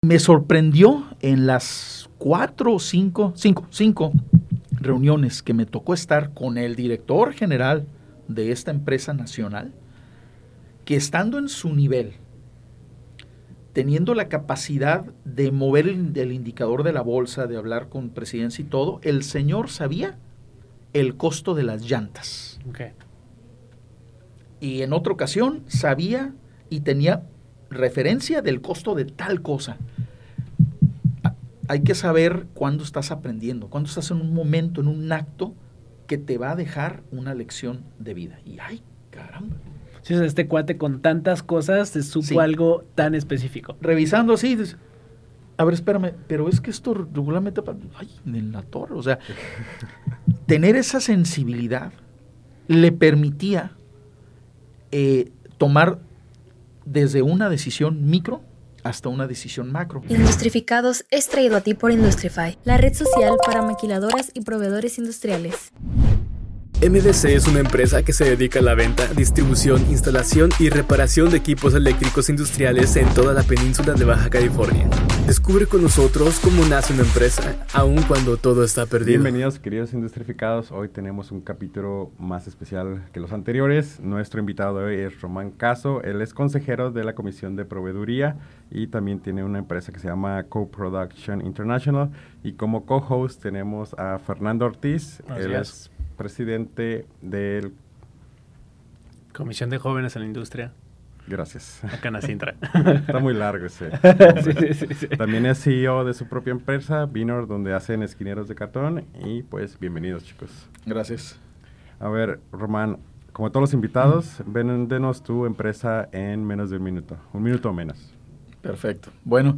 Me sorprendió en las 5 reuniones que me tocó estar con el director general de esta empresa nacional, que estando en su nivel, teniendo la capacidad de mover el indicador de la bolsa, de hablar con presidencia y todo, el señor sabía el costo de las llantas. Okay. Y en otra ocasión sabía y tenía referencia del costo de tal cosa. Hay que saber cuándo estás aprendiendo, cuándo estás en un momento, en un acto que te va a dejar una lección de vida. Y ¡ay, caramba! Sí, este cuate con tantas cosas te supo algo tan específico. Revisando así, a ver, espérame, pero es que esto regularmente, ¡ay, en la torre! O sea, tener esa sensibilidad le permitía tomar desde una decisión micro hasta una decisión macro. Industrificados es traído a ti por Industrify, la red social para maquiladoras y proveedores industriales. MDC es una empresa que se dedica a la venta, distribución, instalación y reparación de equipos eléctricos industriales en toda la península de Baja California. Descubre con nosotros cómo nace una empresa, aun cuando todo está perdido. Bienvenidos, queridos industrificados. Hoy tenemos un capítulo más especial que los anteriores. Nuestro invitado de hoy es Román Caso. Él es consejero de la Comisión de Proveeduría y también tiene una empresa que se llama Co-Production International. Y como co-host tenemos a Fernando Ortiz. Él es presidente del... Comisión de Jóvenes en la Industria. Gracias. Acá en Canacintra. Está muy largo ese. Sí. También es CEO de su propia empresa, Vinor, donde hacen esquineros de cartón. Y pues, bienvenidos, chicos. Gracias. A ver, Román, como todos los invitados, véndenos tu empresa en menos de un minuto o menos. Perfecto. Bueno,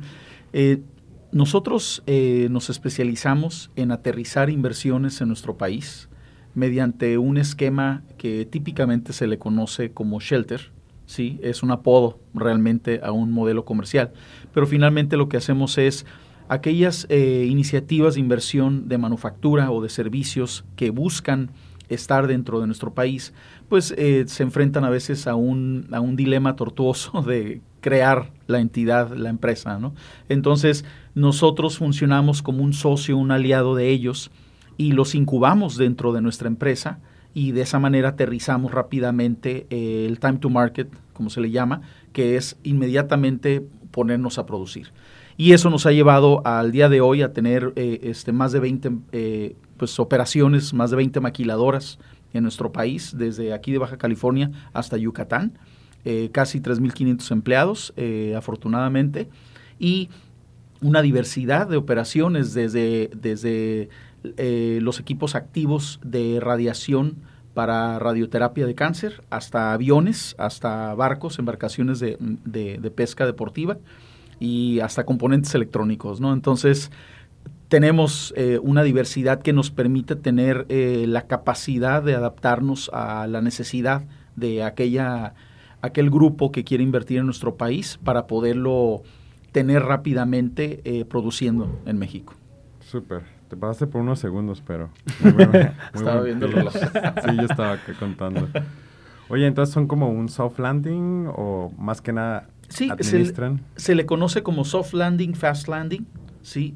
nosotros nos especializamos en aterrizar inversiones en nuestro país mediante un esquema que típicamente se le conoce como shelter. Sí, es un apodo realmente a un modelo comercial, pero finalmente lo que hacemos es aquellas iniciativas de inversión de manufactura o de servicios que buscan estar dentro de nuestro país, pues se enfrentan a veces a un dilema tortuoso de crear la entidad, la empresa, ¿no? Entonces, nosotros funcionamos como un socio, un aliado de ellos, y los incubamos dentro de nuestra empresa, y de esa manera aterrizamos rápidamente el time to market, como se le llama, que es inmediatamente ponernos a producir. Y eso nos ha llevado al día de hoy a tener más de 20 operaciones, más de 20 maquiladoras en nuestro país, desde aquí de Baja California hasta Yucatán, casi 3,500 empleados, afortunadamente, y una diversidad de operaciones desde los equipos activos de radiación para radioterapia de cáncer, hasta aviones, hasta barcos, embarcaciones de pesca deportiva y hasta componentes electrónicos, ¿no? Entonces, tenemos una diversidad que nos permite tener la capacidad de adaptarnos a la necesidad de aquel grupo que quiere invertir en nuestro país para poderlo tener rápidamente produciendo en México. Súper. Te pasaste por unos segundos, pero... Muy estaba viendo el reloj. Sí, yo estaba contando. Oye, entonces son como un soft landing o más que nada administran. Se le conoce como soft landing, fast landing, ¿sí?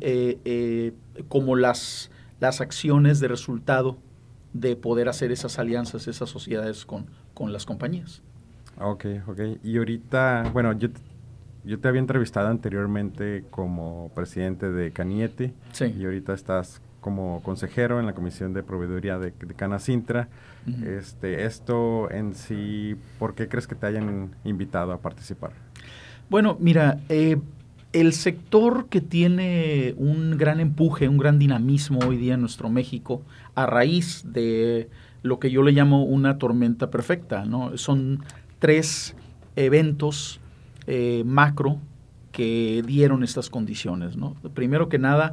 Como las acciones de resultado de poder hacer esas alianzas, esas sociedades con las compañías. Ok. Y ahorita, bueno, yo te había entrevistado anteriormente como presidente de Canieti. Sí. Y ahorita estás como consejero en la Comisión de Proveeduría de Canacintra. Uh-huh. Esto en sí, ¿por qué crees que te hayan invitado a participar? Bueno, mira, el sector que tiene un gran empuje, un gran dinamismo hoy día en nuestro México, a raíz de lo que yo le llamo una tormenta perfecta, ¿no? Son 3 eventos macro que dieron estas condiciones, ¿no? Primero que nada,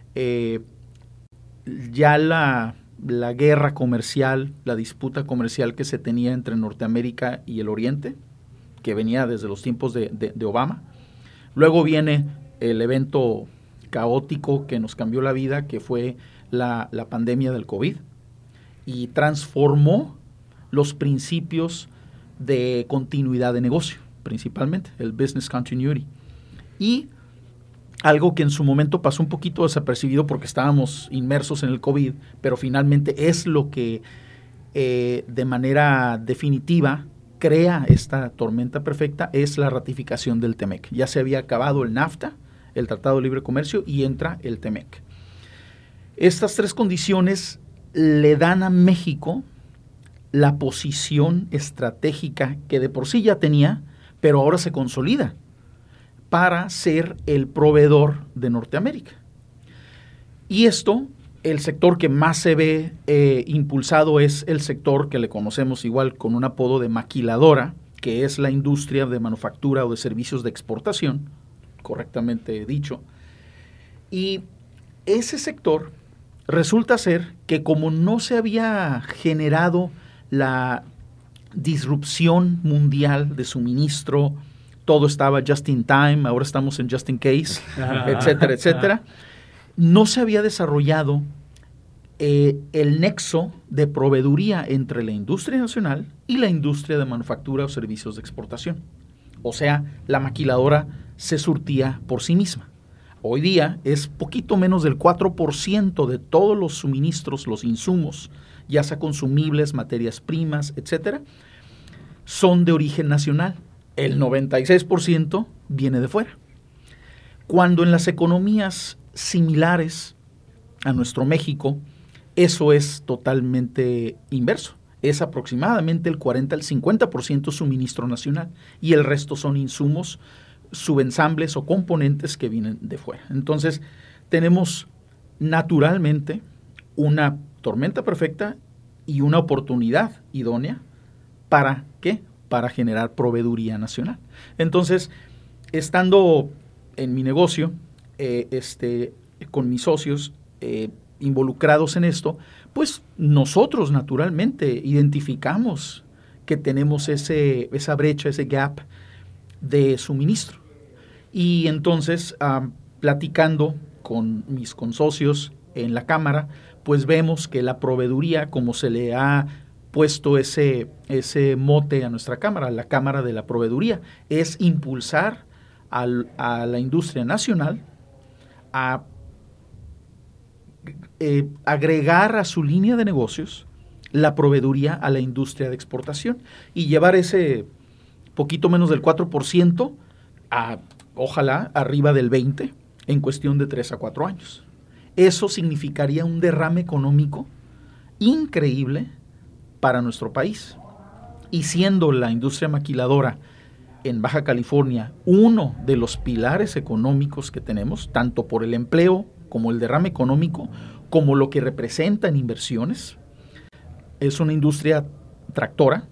ya la guerra comercial, la disputa comercial que se tenía entre Norteamérica y el Oriente, que venía desde los tiempos de Obama. Luego viene el evento caótico que nos cambió la vida, que fue la pandemia del COVID, y transformó los principios de continuidad de negocio, principalmente el business continuity. Y algo que en su momento pasó un poquito desapercibido porque estábamos inmersos en el COVID, pero finalmente es lo que de manera definitiva crea esta tormenta perfecta, es la ratificación del TEMEC. Ya se había acabado el NAFTA, el Tratado de Libre Comercio, y entra el TEMEC. Estas 3 condiciones le dan a México la posición estratégica que de por sí ya tenía, pero ahora se consolida para ser el proveedor de Norteamérica. Y esto, el sector que más se ve impulsado es el sector que le conocemos igual con un apodo de maquiladora, que es la industria de manufactura o de servicios de exportación, correctamente dicho. Y ese sector resulta ser que como no se había generado la disrupción mundial de suministro, todo estaba just in time, ahora estamos en just in case, etcétera, etcétera. No se había desarrollado el nexo de proveeduría entre la industria nacional y la industria de manufactura o servicios de exportación. O sea, la maquiladora se surtía por sí misma. Hoy día es poquito menos del 4% de todos los suministros, los insumos, ya sea consumibles, materias primas, etcétera, son de origen nacional. El 96% viene de fuera. Cuando en las economías similares a nuestro México, eso es totalmente inverso. Es aproximadamente el 40 al 50% suministro nacional y el resto son insumos, subensambles o componentes que vienen de fuera. Entonces, tenemos naturalmente una tormenta perfecta y una oportunidad idónea para ¿qué? Para generar proveeduría nacional. Entonces, estando en mi negocio, con mis socios involucrados en esto, pues nosotros naturalmente identificamos que tenemos esa brecha, ese gap de suministro. Y entonces, platicando con mis consocios en la Cámara, pues vemos que la proveeduría, como se le ha puesto ese mote a nuestra Cámara, la Cámara de la Proveeduría, es impulsar a la industria nacional a agregar a su línea de negocios la proveeduría a la industria de exportación y llevar ese poquito menos del 4% a, ojalá, arriba del 20% en cuestión de 3 a 4 años. Eso significaría un derrame económico increíble para nuestro país. Y siendo la industria maquiladora en Baja California uno de los pilares económicos que tenemos, tanto por el empleo como el derrame económico, como lo que representa en inversiones, es una industria tractora,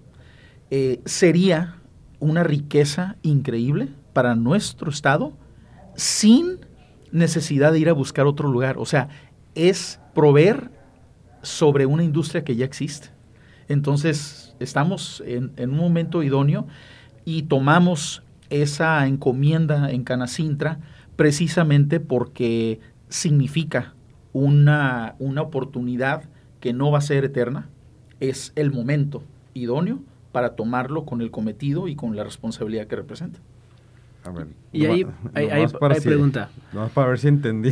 sería una riqueza increíble para nuestro estado sin necesidad de ir a buscar otro lugar. O sea, es proveer sobre una industria que ya existe. Entonces, estamos en un momento idóneo y tomamos esa encomienda en Canacintra precisamente porque significa una oportunidad que no va a ser eterna. Es el momento idóneo para tomarlo con el cometido y con la responsabilidad que representa. A ver, y ahí pregunta. Nomás para ver si entendí.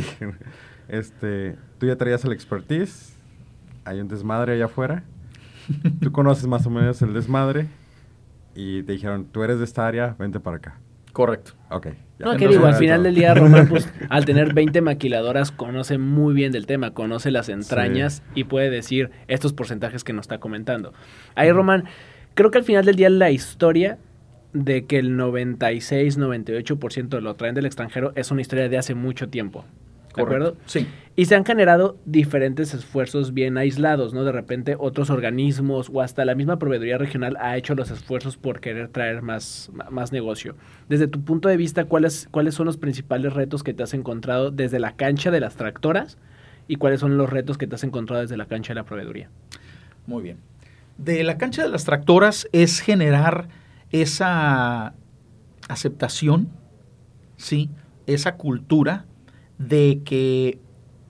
Tú ya traías el expertise, hay un desmadre allá afuera, tú conoces más o menos el desmadre y te dijeron, tú eres de esta área, vente para acá. Correcto. Ok. Ya. No, que digo, al final del día, Román, pues, al tener 20 maquiladoras, conoce muy bien del tema, conoce las entrañas y puede decir estos porcentajes que nos está comentando. Ahí, Román, creo que al final del día la historia de que el 96, 98% lo traen del extranjero es una historia de hace mucho tiempo. ¿De acuerdo? Sí. Y se han generado diferentes esfuerzos bien aislados, ¿no? De repente otros organismos o hasta la misma proveeduría regional ha hecho los esfuerzos por querer traer más negocio. Desde tu punto de vista, ¿cuáles son los principales retos que te has encontrado desde la cancha de las tractoras y cuáles son los retos que te has encontrado desde la cancha de la proveeduría? Muy bien. De la cancha de las tractoras es generar esa aceptación, ¿sí? Esa cultura de que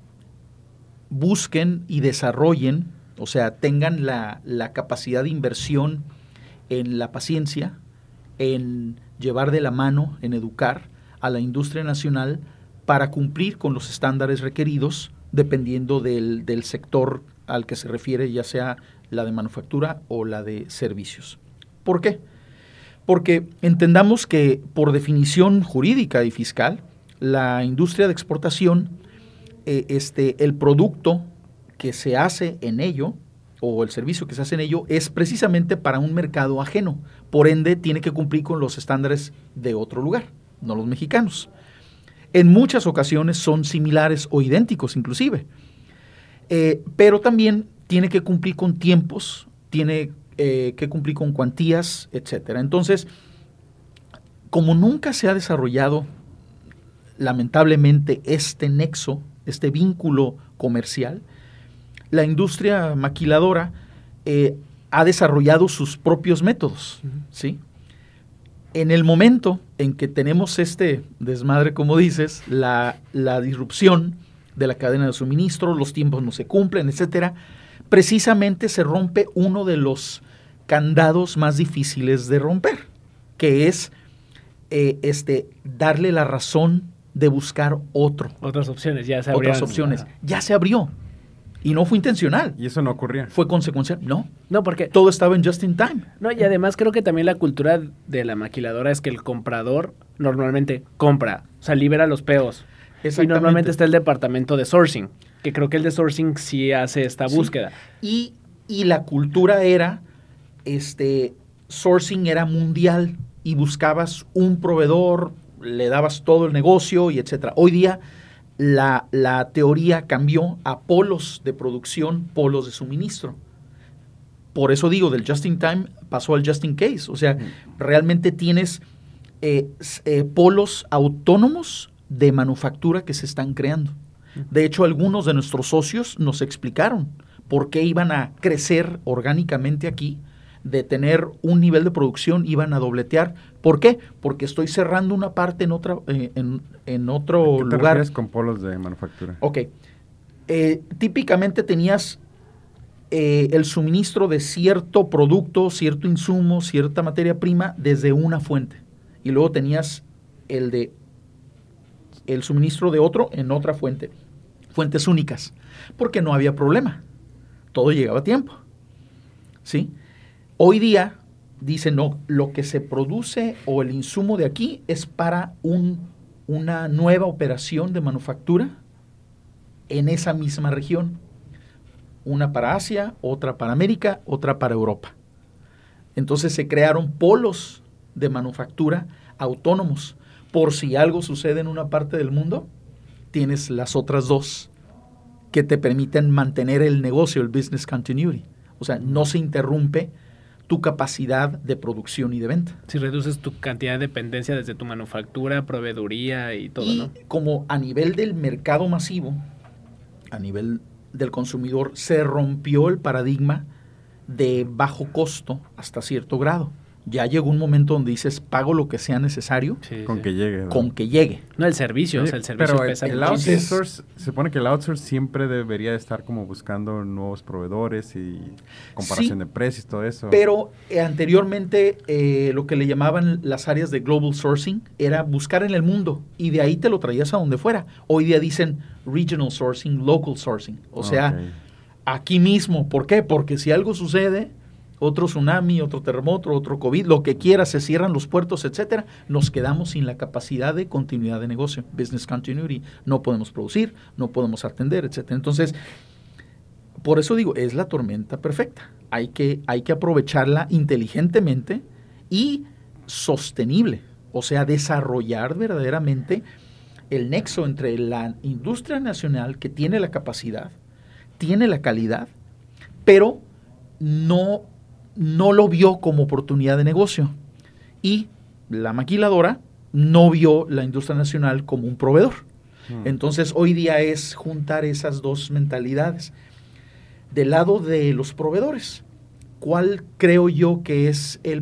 busquen y desarrollen, o sea, tengan la capacidad de inversión en la paciencia, en llevar de la mano, en educar a la industria nacional para cumplir con los estándares requeridos dependiendo del sector al que se refiere, ya sea la de manufactura o la de servicios. ¿Por qué? Porque entendamos que por definición jurídica y fiscal, la industria de exportación, el producto que se hace en ello o el servicio que se hace en ello es precisamente para un mercado ajeno. Por ende, tiene que cumplir con los estándares de otro lugar, no los mexicanos. En muchas ocasiones son similares o idénticos inclusive, pero también tiene que cumplir con tiempos, tiene que cumplir con cuantías, etcétera. Entonces, como nunca se ha desarrollado, lamentablemente, este nexo, este vínculo comercial, la industria maquiladora ha desarrollado sus propios métodos, ¿sí? En el momento en que tenemos este desmadre, como dices, la disrupción de la cadena de suministro, los tiempos no se cumplen, etcétera, precisamente se rompe uno de los candados más difíciles de romper, que es darle la razón de buscar otras opciones, ya se abrieron. Otras opciones. Ya se abrió. Y no fue intencional. Y eso no ocurría. Fue consecuencial. No, porque todo estaba en just in time. No, y además creo que también la cultura de la maquiladora es que el comprador normalmente compra, o sea, libera los POs. Y normalmente está el departamento de sourcing, que creo que el de sourcing sí hace esta búsqueda. Y la cultura era, sourcing era mundial y buscabas un proveedor, le dabas todo el negocio y etcétera. Hoy día la teoría cambió a polos de producción, polos de suministro. Por eso digo, del just in time pasó al just in case. O sea, realmente tienes polos autónomos de manufactura que se están creando. De hecho, algunos de nuestros socios nos explicaron por qué iban a crecer orgánicamente aquí, de tener un nivel de producción, iban a dobletear. ¿Por qué? Porque estoy cerrando una parte en otro lugar. ¿Qué te refieres con polos de manufactura? Ok. Típicamente tenías el suministro de cierto producto, cierto insumo, cierta materia prima desde una fuente. Y luego tenías el suministro de otro en otra fuente. Fuentes únicas. Porque no había problema. Todo llegaba a tiempo. ¿Sí? Hoy día dicen, no, lo que se produce o el insumo de aquí es para una nueva operación de manufactura en esa misma región. Una para Asia, otra para América, otra para Europa. Entonces se crearon polos de manufactura autónomos. Por si algo sucede en una parte del mundo, tienes las otras dos que te permiten mantener el negocio, el business continuity. O sea, no se interrumpe tu capacidad de producción y de venta. Si reduces tu cantidad de dependencia desde tu manufactura, proveeduría y todo, y ¿no? Como a nivel del mercado masivo, a nivel del consumidor, se rompió el paradigma de bajo costo hasta cierto grado. Ya llegó un momento donde dices, pago lo que sea necesario. Sí, con que llegue, ¿no? Con que llegue. No, el servicio, Oye, o sea, el servicio pero pesa el muchísimo. outsource, se supone que el outsource siempre debería estar como buscando nuevos proveedores y comparación de precios, todo eso. Pero anteriormente lo que le llamaban las áreas de global sourcing era buscar en el mundo y de ahí te lo traías a donde fuera. Hoy día dicen regional sourcing, local sourcing. O sea, aquí mismo. ¿Por qué? Porque si algo sucede, otro tsunami, otro terremoto, otro COVID, lo que quiera, se cierran los puertos, etcétera, nos quedamos sin la capacidad de continuidad de negocio, business continuity. No podemos producir, no podemos atender, etcétera. Entonces, por eso digo, es la tormenta perfecta. Hay que aprovecharla inteligentemente y sostenible. O sea, desarrollar verdaderamente el nexo entre la industria nacional que tiene la capacidad, tiene la calidad, pero no lo vio como oportunidad de negocio. Y la maquiladora no vio la industria nacional como un proveedor. Entonces, hoy día es juntar esas dos mentalidades. Del lado de los proveedores, ¿cuál creo yo que es el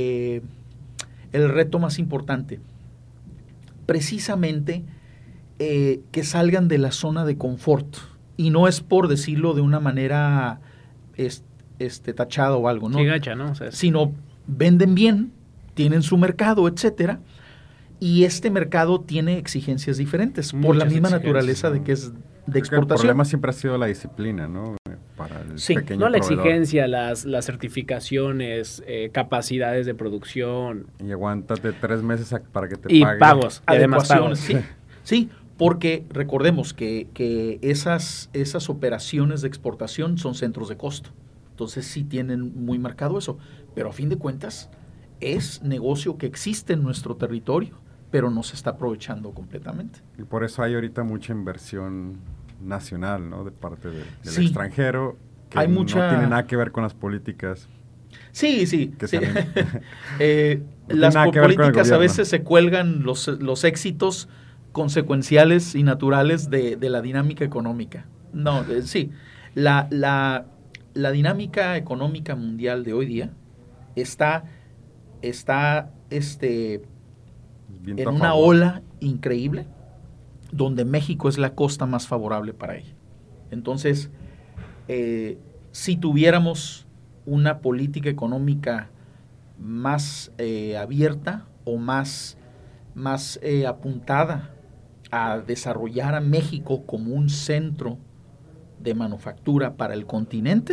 reto más importante? Precisamente que salgan de la zona de confort. Y no es por decirlo de una manera tachado o algo, ¿no? Sí, gacha, ¿no? O sea, sino venden bien, tienen su mercado, etcétera, Y este mercado tiene exigencias diferentes por la Muchas misma exigencias, naturaleza de que es de Creo que exportación. el problema siempre ha sido la disciplina, ¿no? Para el Sí. pequeño No la proveedor. exigencia, las certificaciones, capacidades de producción Y aguántate 3 meses para que te y paguen. pagos. Y además pagos. Adecuaciones, sí, porque recordemos que esas operaciones de exportación son centros de costo. Entonces sí tienen muy marcado eso. Pero a fin de cuentas es negocio que existe en nuestro territorio, pero no se está aprovechando completamente. Y por eso hay ahorita mucha inversión nacional, ¿no? De parte del Sí. extranjero, que Hay no mucha- tiene nada que ver con las políticas. Sí. Que sí. sean- Las nada que ver con el políticas a gobierno. veces se cuelgan los éxitos consecuenciales y naturales de la dinámica económica. No, sí. La dinámica económica mundial de hoy día está Viento en a una favor. ola increíble donde México es la costa más favorable para ella. Entonces, si tuviéramos una política económica más abierta o más apuntada a desarrollar a México como un centro de manufactura para el continente,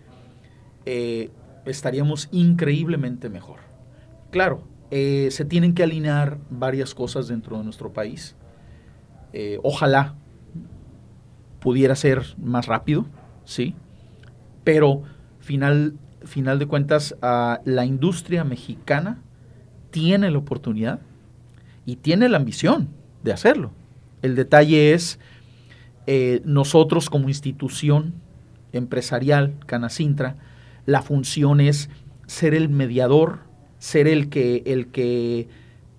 estaríamos increíblemente mejor. Claro, se tienen que alinear varias cosas dentro de nuestro país. Ojalá pudiera ser más rápido, sí, pero final de cuentas la industria mexicana tiene la oportunidad y tiene la ambición de hacerlo. El detalle es nosotros como institución empresarial, Canacintra, la función es ser el mediador, ser el que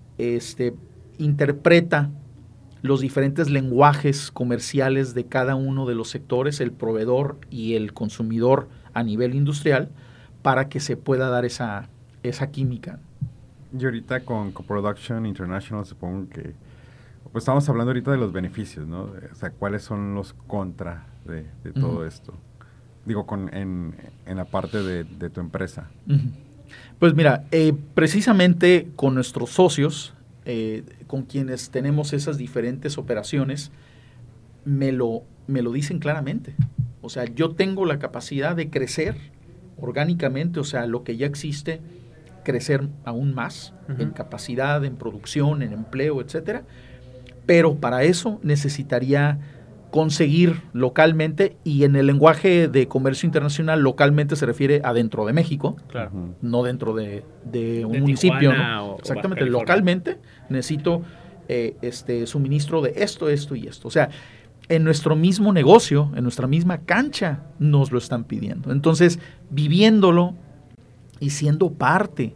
interpreta los diferentes lenguajes comerciales de cada uno de los sectores, el proveedor y el consumidor a nivel industrial, para que se pueda dar esa química. Y ahorita con Coproduction International supongo que pues estamos hablando ahorita de los beneficios, ¿no? O sea, ¿cuáles son los contra de todo esto? Digo, en la parte de tu empresa. Pues mira, precisamente con nuestros socios, con quienes tenemos esas diferentes operaciones, me lo dicen claramente. O sea, yo tengo la capacidad de crecer orgánicamente, o sea, lo que ya existe, crecer aún más en capacidad, en producción, en empleo, etcétera. Pero para eso necesitaría conseguir localmente, y en el lenguaje de comercio internacional, localmente se refiere a dentro de México, Claro. no dentro de un De municipio, Tijuana ¿no? o Exactamente, Baja California. localmente necesito suministro de esto y esto. O sea, en nuestro mismo negocio, en nuestra misma cancha, nos lo están pidiendo. Entonces, viviéndolo y siendo parte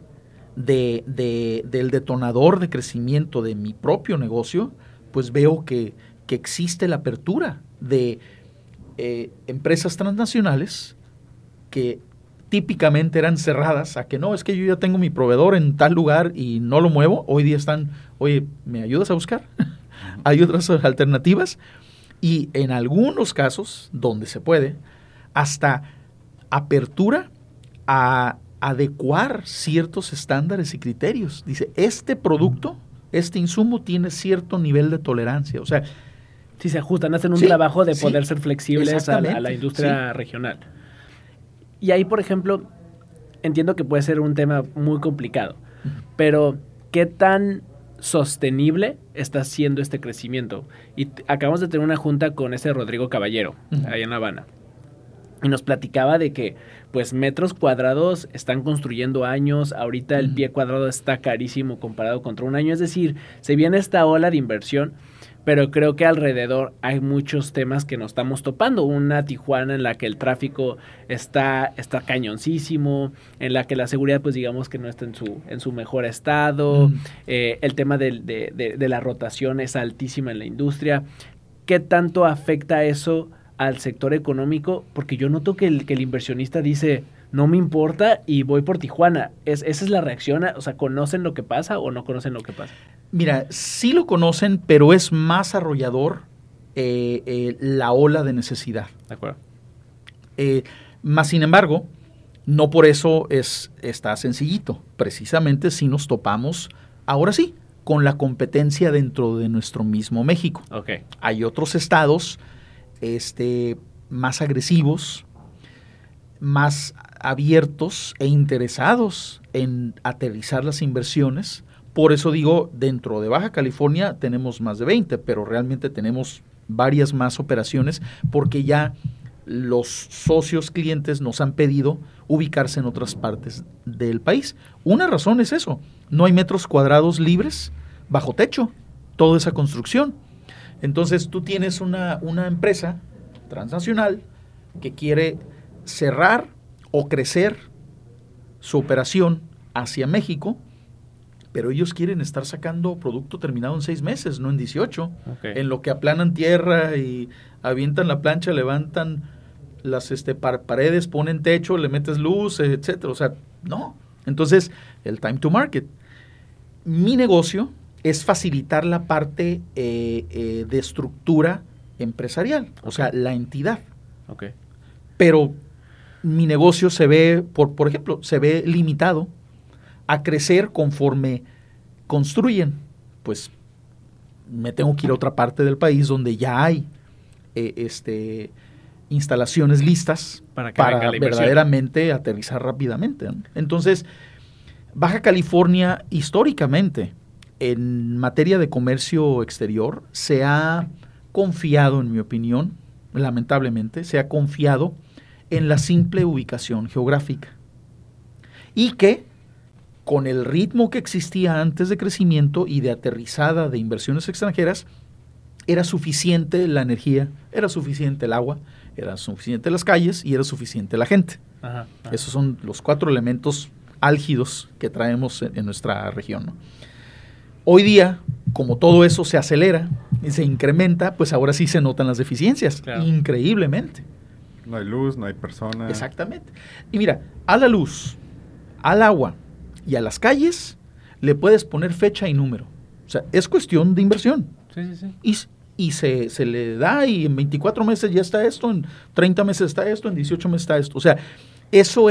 del detonador de crecimiento de mi propio negocio, pues veo que existe la apertura de empresas transnacionales que típicamente eran cerradas a que no, es que yo ya tengo mi proveedor en tal lugar y no lo muevo. Hoy día están, oye, ¿me ayudas a buscar? Hay otras alternativas. Y en algunos casos, donde se puede, hasta apertura a adecuar ciertos estándares y criterios. Dice, este producto, este insumo tiene cierto nivel de tolerancia. O sea, Sí, se ajustan, hacen un Sí, trabajo de sí, poder ser flexibles a exactamente, la industria regional. Y ahí, por ejemplo, entiendo que puede ser un tema muy complicado, pero ¿qué tan sostenible está siendo este crecimiento? Y acabamos de tener una junta con ese Rodrigo Caballero, allá en La Habana, y nos platicaba de que, pues, metros cuadrados están construyendo años, ahorita el pie cuadrado está carísimo comparado contra un año, es decir, se viene esta ola de inversión, pero creo que alrededor hay muchos temas que nos estamos topando. Una Tijuana en la que el tráfico está cañoncísimo, en la que la seguridad, pues digamos que no está en su mejor estado. El tema de la rotación es altísima en la industria. ¿Qué tanto afecta eso al sector económico? Porque yo noto que el inversionista dice, no me importa y voy por Tijuana. ¿Esa es la reacción? O sea, ¿conocen lo que pasa o no conocen lo que pasa? Mira, sí lo conocen, pero es más arrollador la ola de necesidad. De acuerdo. Más sin embargo, no por eso está sencillito. Precisamente si nos topamos, ahora sí, con la competencia dentro de nuestro mismo México. Okay. Hay otros estados más agresivos, más abiertos e interesados en aterrizar las inversiones. Por eso digo, dentro de Baja California tenemos más de 20, pero realmente tenemos varias más operaciones porque ya los socios clientes nos han pedido ubicarse en otras partes del país. Una razón es eso, no hay metros cuadrados libres bajo techo, toda esa construcción. Entonces tú tienes una empresa transnacional que quiere cerrar o crecer su operación hacia México, pero ellos quieren estar sacando producto terminado en 6 meses, no en 18. Okay. En lo que aplanan tierra y avientan la plancha, levantan las paredes, ponen techo, le metes luz, etcétera. O sea, no. Entonces, el time to market. Mi negocio es facilitar la parte de estructura empresarial, o sea, la entidad. Okay. Pero mi negocio se ve, por ejemplo, se ve limitado a crecer conforme construyen. Pues me tengo que ir a otra parte del país donde ya hay instalaciones listas para verdaderamente aterrizar rápidamente, ¿no? Entonces, Baja California históricamente en materia de comercio exterior se ha confiado, en mi opinión, lamentablemente, se ha confiado en la simple ubicación geográfica y que con el ritmo que existía antes de crecimiento y de aterrizada de inversiones extranjeras, era suficiente la energía, era suficiente el agua, era suficiente las calles y era suficiente la gente. Ajá. Esos son los 4 elementos álgidos que traemos en nuestra región, ¿no? Hoy día, como todo eso se acelera y se incrementa, pues ahora sí se notan las deficiencias, claro, increíblemente. No hay luz, no hay personas. Exactamente. Y mira, a la luz, al agua y a las calles le puedes poner fecha y número. O sea, es cuestión de inversión. Sí. Y se le da y en 24 meses ya está esto, en 30 meses está esto, en 18 meses está esto. O sea, eso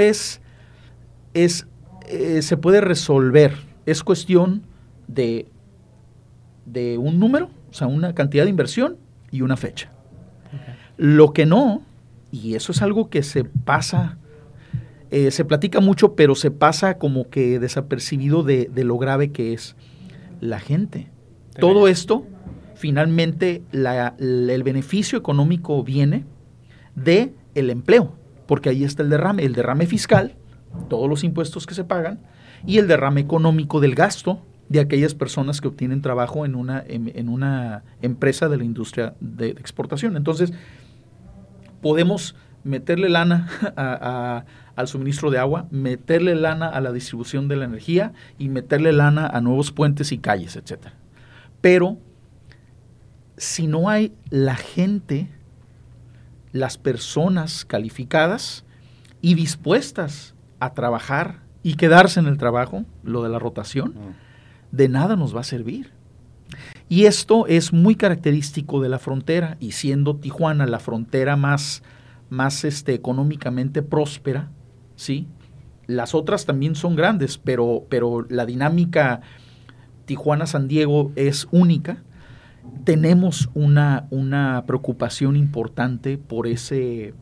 se puede resolver. Es cuestión de un número, o sea, una cantidad de inversión y una fecha. Okay. Lo que no, y eso es algo que se pasa, se platica mucho, pero se pasa como que desapercibido de lo grave que es la gente. Todo esto, finalmente, el beneficio económico viene del empleo, porque ahí está el derrame fiscal, todos los impuestos que se pagan, y el derrame económico del gasto de aquellas personas que obtienen trabajo en una empresa de la industria de exportación. Entonces, podemos meterle lana al suministro de agua, meterle lana a la distribución de la energía y meterle lana a nuevos puentes y calles, etcétera. Pero si no hay la gente, las personas calificadas y dispuestas a trabajar y quedarse en el trabajo, lo de la rotación, de nada nos va a servir. Y esto es muy característico de la frontera, y siendo Tijuana la frontera más económicamente próspera, ¿sí? Las otras también son grandes, pero la dinámica Tijuana-San Diego es única. Tenemos una preocupación importante por ese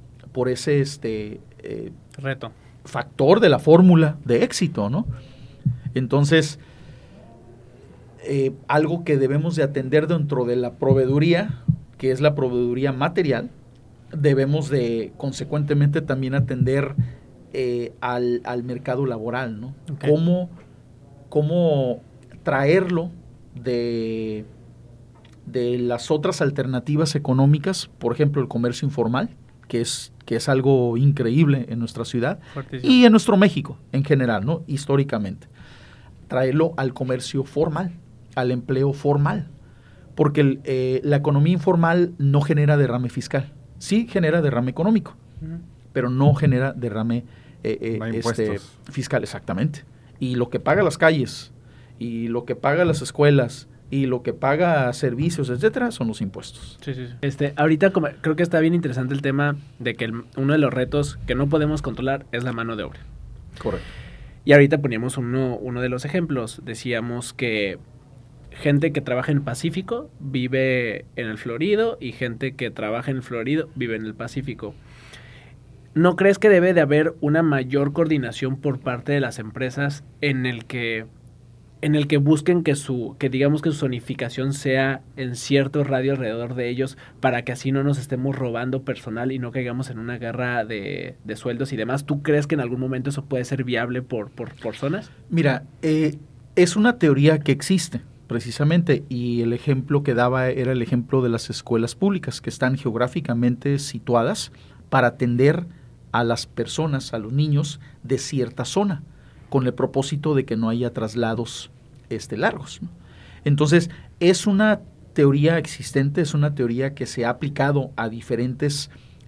reto, factor de la fórmula de éxito, ¿no? Entonces, algo que debemos de atender dentro de la proveeduría, que es la proveeduría material, debemos de consecuentemente también atender al mercado laboral, ¿no? Okay. Cómo traerlo de las otras alternativas económicas, por ejemplo, el comercio informal, que es algo increíble en nuestra ciudad y en nuestro México en general, ¿no? Históricamente. Traerlo al comercio formal, al empleo formal, porque la economía informal no genera derrame fiscal. Sí genera derrame económico, pero no genera derrame fiscal, exactamente. Y lo que paga las calles, y lo que paga las escuelas, y lo que paga servicios, etcétera, son los impuestos. Sí. Ahorita creo que está bien interesante el tema de que uno de los retos que no podemos controlar es la mano de obra. Correcto. Y ahorita poníamos uno de los ejemplos. Decíamos que gente que trabaja en el Pacífico vive en el Florido y gente que trabaja en el Florido vive en el Pacífico. ¿No crees que debe de haber una mayor coordinación por parte de las empresas en el que busquen que digamos que su zonificación sea en cierto radio alrededor de ellos para que así no nos estemos robando personal y no caigamos en una guerra de sueldos y demás? ¿Tú crees que en algún momento eso puede ser viable por zonas? Mira, es una teoría que existe precisamente, y el ejemplo que daba era el ejemplo de las escuelas públicas que están geográficamente situadas para atender a las personas, a los niños de cierta zona, con el propósito de que no haya traslados largos, ¿no? Entonces, es una teoría existente, es una teoría que se ha aplicado a diferentes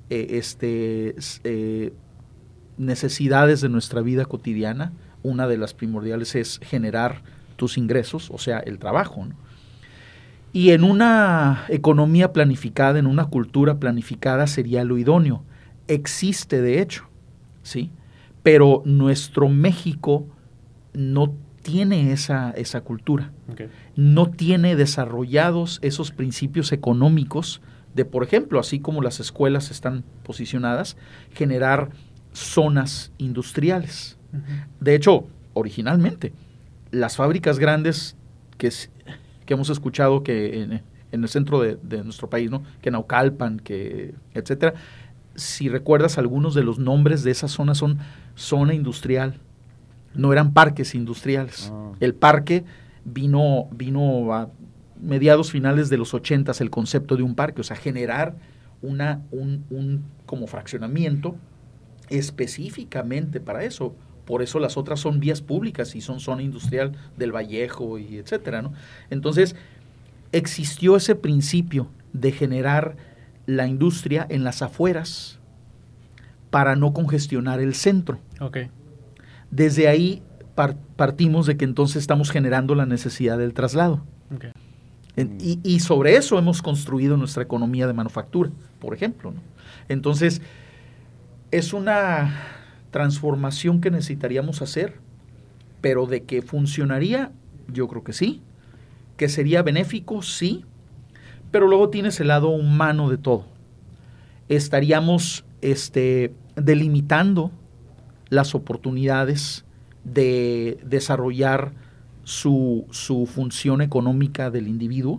necesidades de nuestra vida cotidiana. Una de las primordiales es generar tus ingresos, o sea, el trabajo, ¿no? Y en una economía planificada, en una cultura planificada sería lo idóneo. Existe, de hecho, ¿sí? Pero nuestro México no tiene esa cultura. Okay. No tiene desarrollados esos principios económicos de, por ejemplo, así como las escuelas están posicionadas, generar zonas industriales. Uh-huh. De hecho, originalmente, las fábricas grandes que hemos escuchado que en el centro de nuestro país, ¿no? Que Naucalpan, que etcétera, si recuerdas, algunos de los nombres de esas zonas son zona industrial, no eran parques industriales. Oh. El parque vino a mediados finales de los 80s, el concepto de un parque, o sea, generar un como fraccionamiento específicamente para eso. Por eso las otras son vías públicas y son zona industrial del Vallejo y etcétera, ¿no? Entonces, existió ese principio de generar la industria en las afueras para no congestionar el centro. Okay. Desde ahí partimos de que entonces estamos generando la necesidad del traslado. Okay. Y sobre eso hemos construido nuestra economía de manufactura, por ejemplo, ¿no? Entonces, es una transformación que necesitaríamos hacer, pero de que funcionaría, yo creo que sí, que sería benéfico, sí, pero luego tienes el lado humano de todo. Estaríamos delimitando las oportunidades de desarrollar su función económica del individuo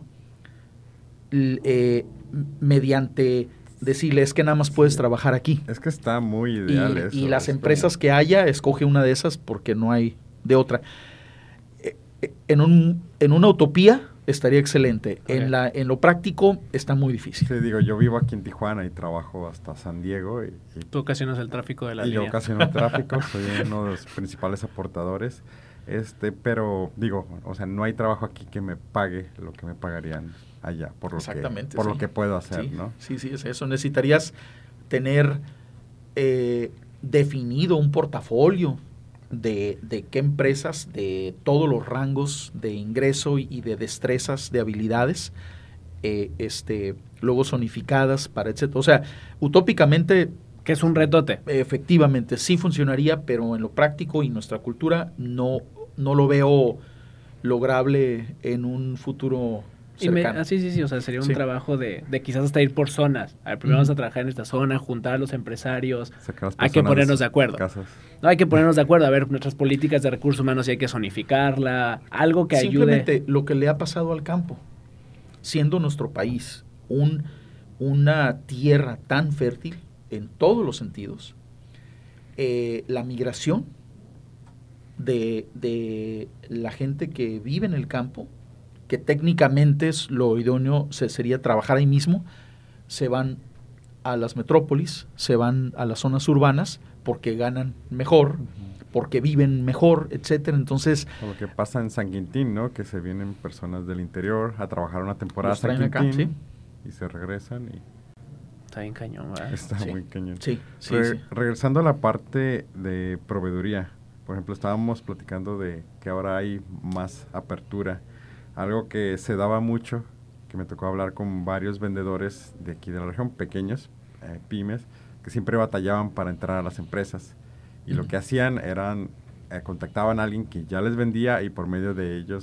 mediante decirle, es que nada más puedes trabajar aquí. Es que está muy ideal eso. Y las empresas que haya, escoge una de esas porque no hay de otra. En una utopía estaría excelente. Okay. En lo práctico está muy difícil. Sí, digo, yo vivo aquí en Tijuana y trabajo hasta San Diego. Tú ocasionas el tráfico de la línea. Yo ocasiono el tráfico, soy uno de los principales aportadores. Pero digo, o sea, no hay trabajo aquí que me pague lo que me pagarían allá, por lo que puedo hacer, sí, ¿no? Sí, es eso. Necesitarías tener definido un portafolio de qué empresas, de todos los rangos de ingreso y de destrezas, de habilidades, luego zonificadas para etcétera. O sea, utópicamente... Que es un retote. Efectivamente, sí funcionaría, pero en lo práctico y nuestra cultura no lo veo lograble en un futuro cercano. Sí, o sea, sería un trabajo de quizás hasta ir por zonas. A ver, primero vamos a trabajar en esta zona, juntar a los empresarios. Hay que ponernos de acuerdo. No, hay que ponernos de acuerdo, a ver nuestras políticas de recursos humanos, si hay que zonificarla, algo que ayude. Simplemente lo que le ha pasado al campo, siendo nuestro país una tierra tan fértil en todos los sentidos, la migración de la gente que vive en el campo, que técnicamente es lo idóneo, sería trabajar ahí mismo, se van a las metrópolis, se van a las zonas urbanas porque ganan mejor, porque viven mejor, etcétera. Entonces, lo que pasa en San Quintín, ¿no? Que se vienen personas del interior a trabajar una temporada a San Quintín acá, ¿sí? Y se regresan y... Está bien cañón, ¿verdad? Está muy cañón. Sí. Regresando a la parte de proveeduría, por ejemplo, estábamos platicando de que ahora hay más apertura. Algo que se daba mucho, que me tocó hablar con varios vendedores de aquí de la región, pequeños, pymes, que siempre batallaban para entrar a las empresas. Y lo que hacían eran, contactaban a alguien que ya les vendía y por medio de ellos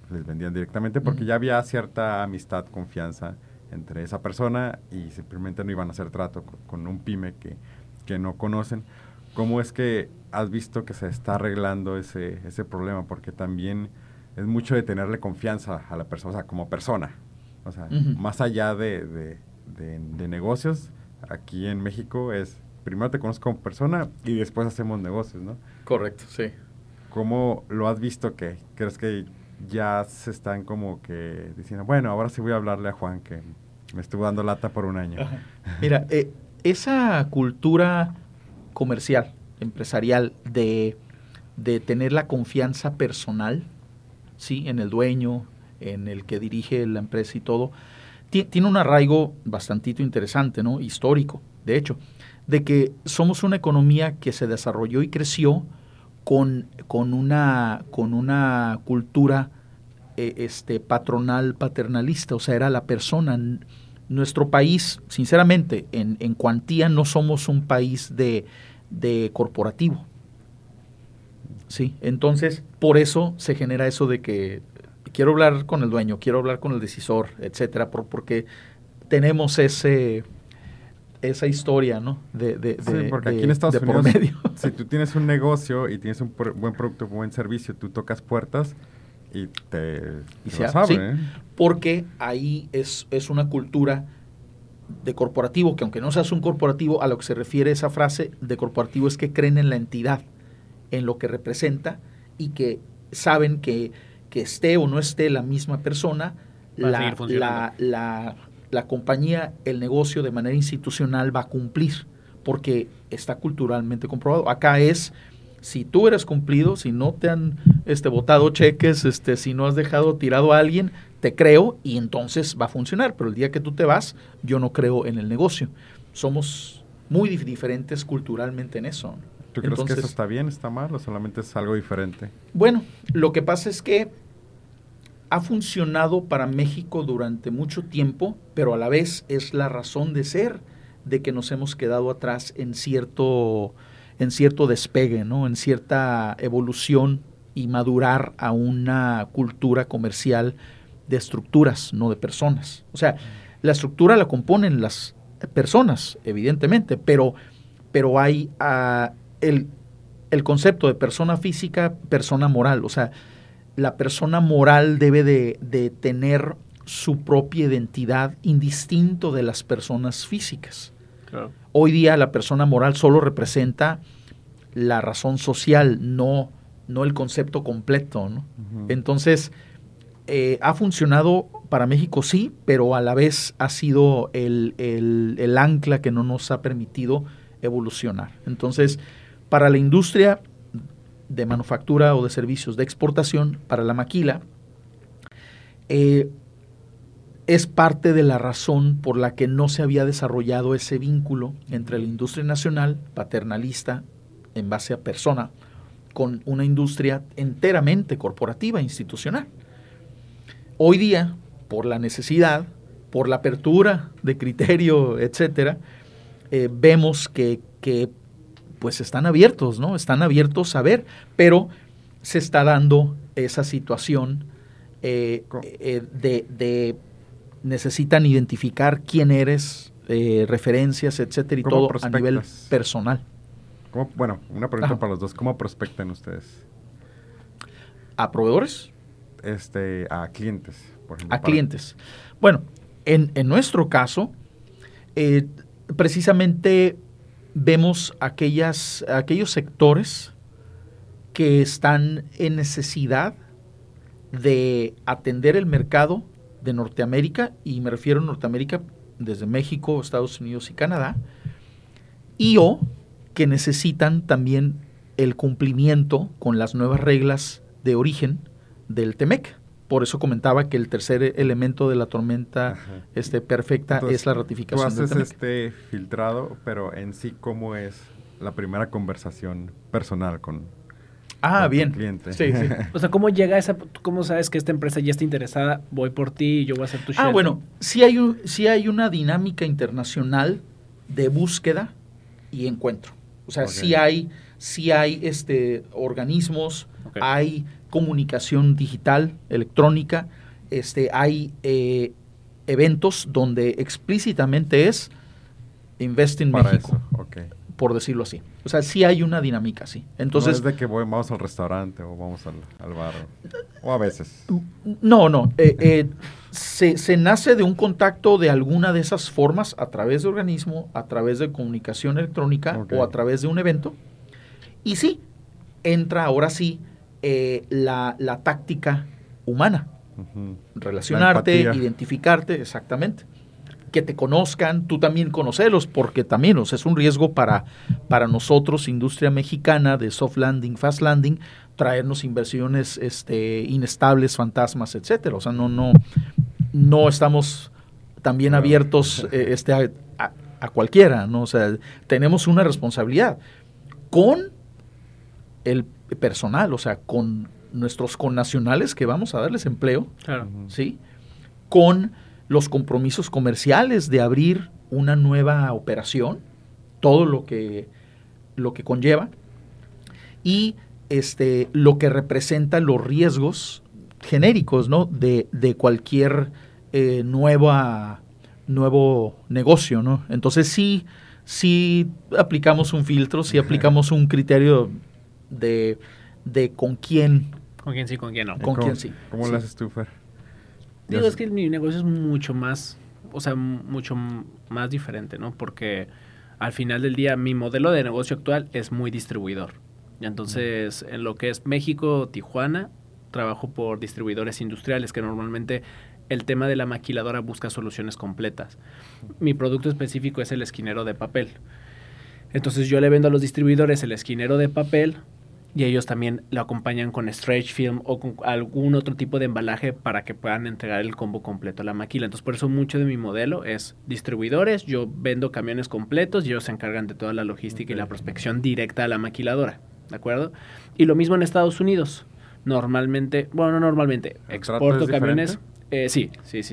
les vendían directamente porque ya había cierta amistad, confianza entre esa persona y simplemente no iban a hacer trato con un pyme que no conocen. ¿Cómo es que has visto que se está arreglando ese problema? Porque también es mucho de tenerle confianza a la persona, o sea, como persona. O sea, más allá de negocios, aquí en México es, primero te conozco como persona y después hacemos negocios, ¿no? Correcto, sí. ¿Cómo lo has visto que crees que ya se están como que diciendo, bueno, ahora sí voy a hablarle a Juan que me estuvo dando lata por un año? Ajá. Mira, esa cultura comercial, empresarial, de tener la confianza personal, ¿sí? En el dueño, en el que dirige la empresa y todo, tiene un arraigo bastantito interesante, ¿no? Histórico, de hecho, de que somos una economía que se desarrolló y creció con una cultura patronal, paternalista, o sea, era la persona. Nuestro país, sinceramente, en cuantía no somos un país de corporativo. Sí, entonces, por eso se genera eso de que quiero hablar con el dueño, quiero hablar con el decisor, etcétera, porque tenemos esa historia, ¿no? Sí, porque aquí en Estados Unidos, medio. Si tú tienes un negocio y tienes un buen producto, buen servicio, tú tocas puertas y te las abren. Sí, porque ahí es una cultura de corporativo, que aunque no seas un corporativo, a lo que se refiere esa frase de corporativo es que creen en la entidad, en lo que representa y que saben que esté o no esté la misma persona, la compañía, el negocio de manera institucional va a cumplir, porque está culturalmente comprobado. Acá es, si tú eres cumplido, si no te han botado cheques, si no has dejado tirado a alguien, te creo y entonces va a funcionar. Pero el día que tú te vas, yo no creo en el negocio. Somos muy diferentes culturalmente en eso. ¿Tú crees que eso está bien, está mal o solamente es algo diferente? Bueno, lo que pasa es que ha funcionado para México durante mucho tiempo, pero a la vez es la razón de ser de que nos hemos quedado atrás en cierto despegue, ¿no? En cierta evolución y madurar a una cultura comercial de estructuras, no de personas. O sea, la estructura la componen las personas, evidentemente, pero hay el concepto de persona física, persona moral. O sea, la persona moral debe de tener su propia identidad indistinto de las personas físicas. Claro. Hoy día la persona moral solo representa la razón social, no el concepto completo, ¿no? Uh-huh. Entonces, ha funcionado para México, sí, pero a la vez ha sido el ancla que no nos ha permitido evolucionar. Entonces, para la industria de manufactura o de servicios de exportación, para la maquila, es parte de la razón por la que no se había desarrollado ese vínculo entre la industria nacional, paternalista, en base a persona, con una industria enteramente corporativa, institucional. Hoy día, por la necesidad, por la apertura de criterio, etcétera, vemos que pues están abiertos, ¿no? Están abiertos a ver, pero se está dando esa situación de necesitan identificar quién eres, referencias, etcétera, y todo a nivel personal. Bueno, una pregunta para los dos. ¿Cómo prospectan ustedes? ¿A proveedores? A clientes, por ejemplo. A clientes. Bueno, en nuestro caso, precisamente vemos aquellos sectores que están en necesidad de atender el mercado de Norteamérica, y me refiero a Norteamérica desde México, Estados Unidos y Canadá, o que necesitan también el cumplimiento con las nuevas reglas de origen del TEMEC. Por eso comentaba que el tercer elemento de la tormenta perfecta. Entonces, es la ratificación del TEMEC. Tú haces filtrado, pero en sí, ¿cómo es la primera conversación personal con bien. tu cliente? Sí. O sea, ¿cómo llega cómo sabes que esta empresa ya está interesada? Voy por ti y yo voy a hacer tu share. Bueno, sí hay una dinámica internacional de búsqueda y encuentro. O sea, sí hay organismos, hay comunicación digital, electrónica, hay eventos donde explícitamente es Invest in Para México, eso, ok. por decirlo así. O sea, sí hay una dinámica, sí. Entonces, no es de que vamos al restaurante o vamos al bar, o a veces. No. Se nace de un contacto de alguna de esas formas a través de organismo, a través de comunicación electrónica Ok. o a través de un evento. Y sí, entra ahora sí la táctica humana. Ujú. Relacionarte, La empatía. identificarte, exactamente. Que te conozcan, tú también conocerlos, porque también es un riesgo para nosotros, industria mexicana de soft landing, fast landing, traernos inversiones inestables, fantasmas, etcétera. O sea, no estamos también Claro. abiertos a cualquiera, ¿no? O sea, tenemos una responsabilidad con el personal, o sea, con nuestros connacionales que vamos a darles empleo, Claro. Ujú. ¿sí? Con los compromisos comerciales de abrir una nueva operación, todo lo que conlleva, y lo que representa los riesgos genéricos, ¿no? de cualquier nuevo negocio, ¿no? Entonces sí aplicamos un filtro, sí aplicamos un criterio de con quién. ¿Con quién sí, con quién no? ¿Con quién sí? ¿Cómo Sí. lo haces tú, Fer? Digo, Ya es que mi negocio es mucho más, mucho más diferente, ¿no? Porque al final del día mi modelo de negocio actual es muy distribuidor. Y entonces, en lo que es México, Tijuana, trabajo por distribuidores industriales, que normalmente el tema de la maquiladora busca soluciones completas. Mi producto específico es el esquinero de papel. Entonces yo le vendo a los distribuidores el esquinero de papel y ellos también lo acompañan con stretch film o con algún otro tipo de embalaje para que puedan entregar el combo completo a la maquila. Entonces por eso mucho de mi modelo es distribuidores, yo vendo camiones completos y ellos se encargan de toda la logística y la prospección directa a la maquiladora, ¿de acuerdo? Y lo mismo en Estados Unidos. Normalmente, bueno, no normalmente, ¿El exporto trato es camiones. Sí,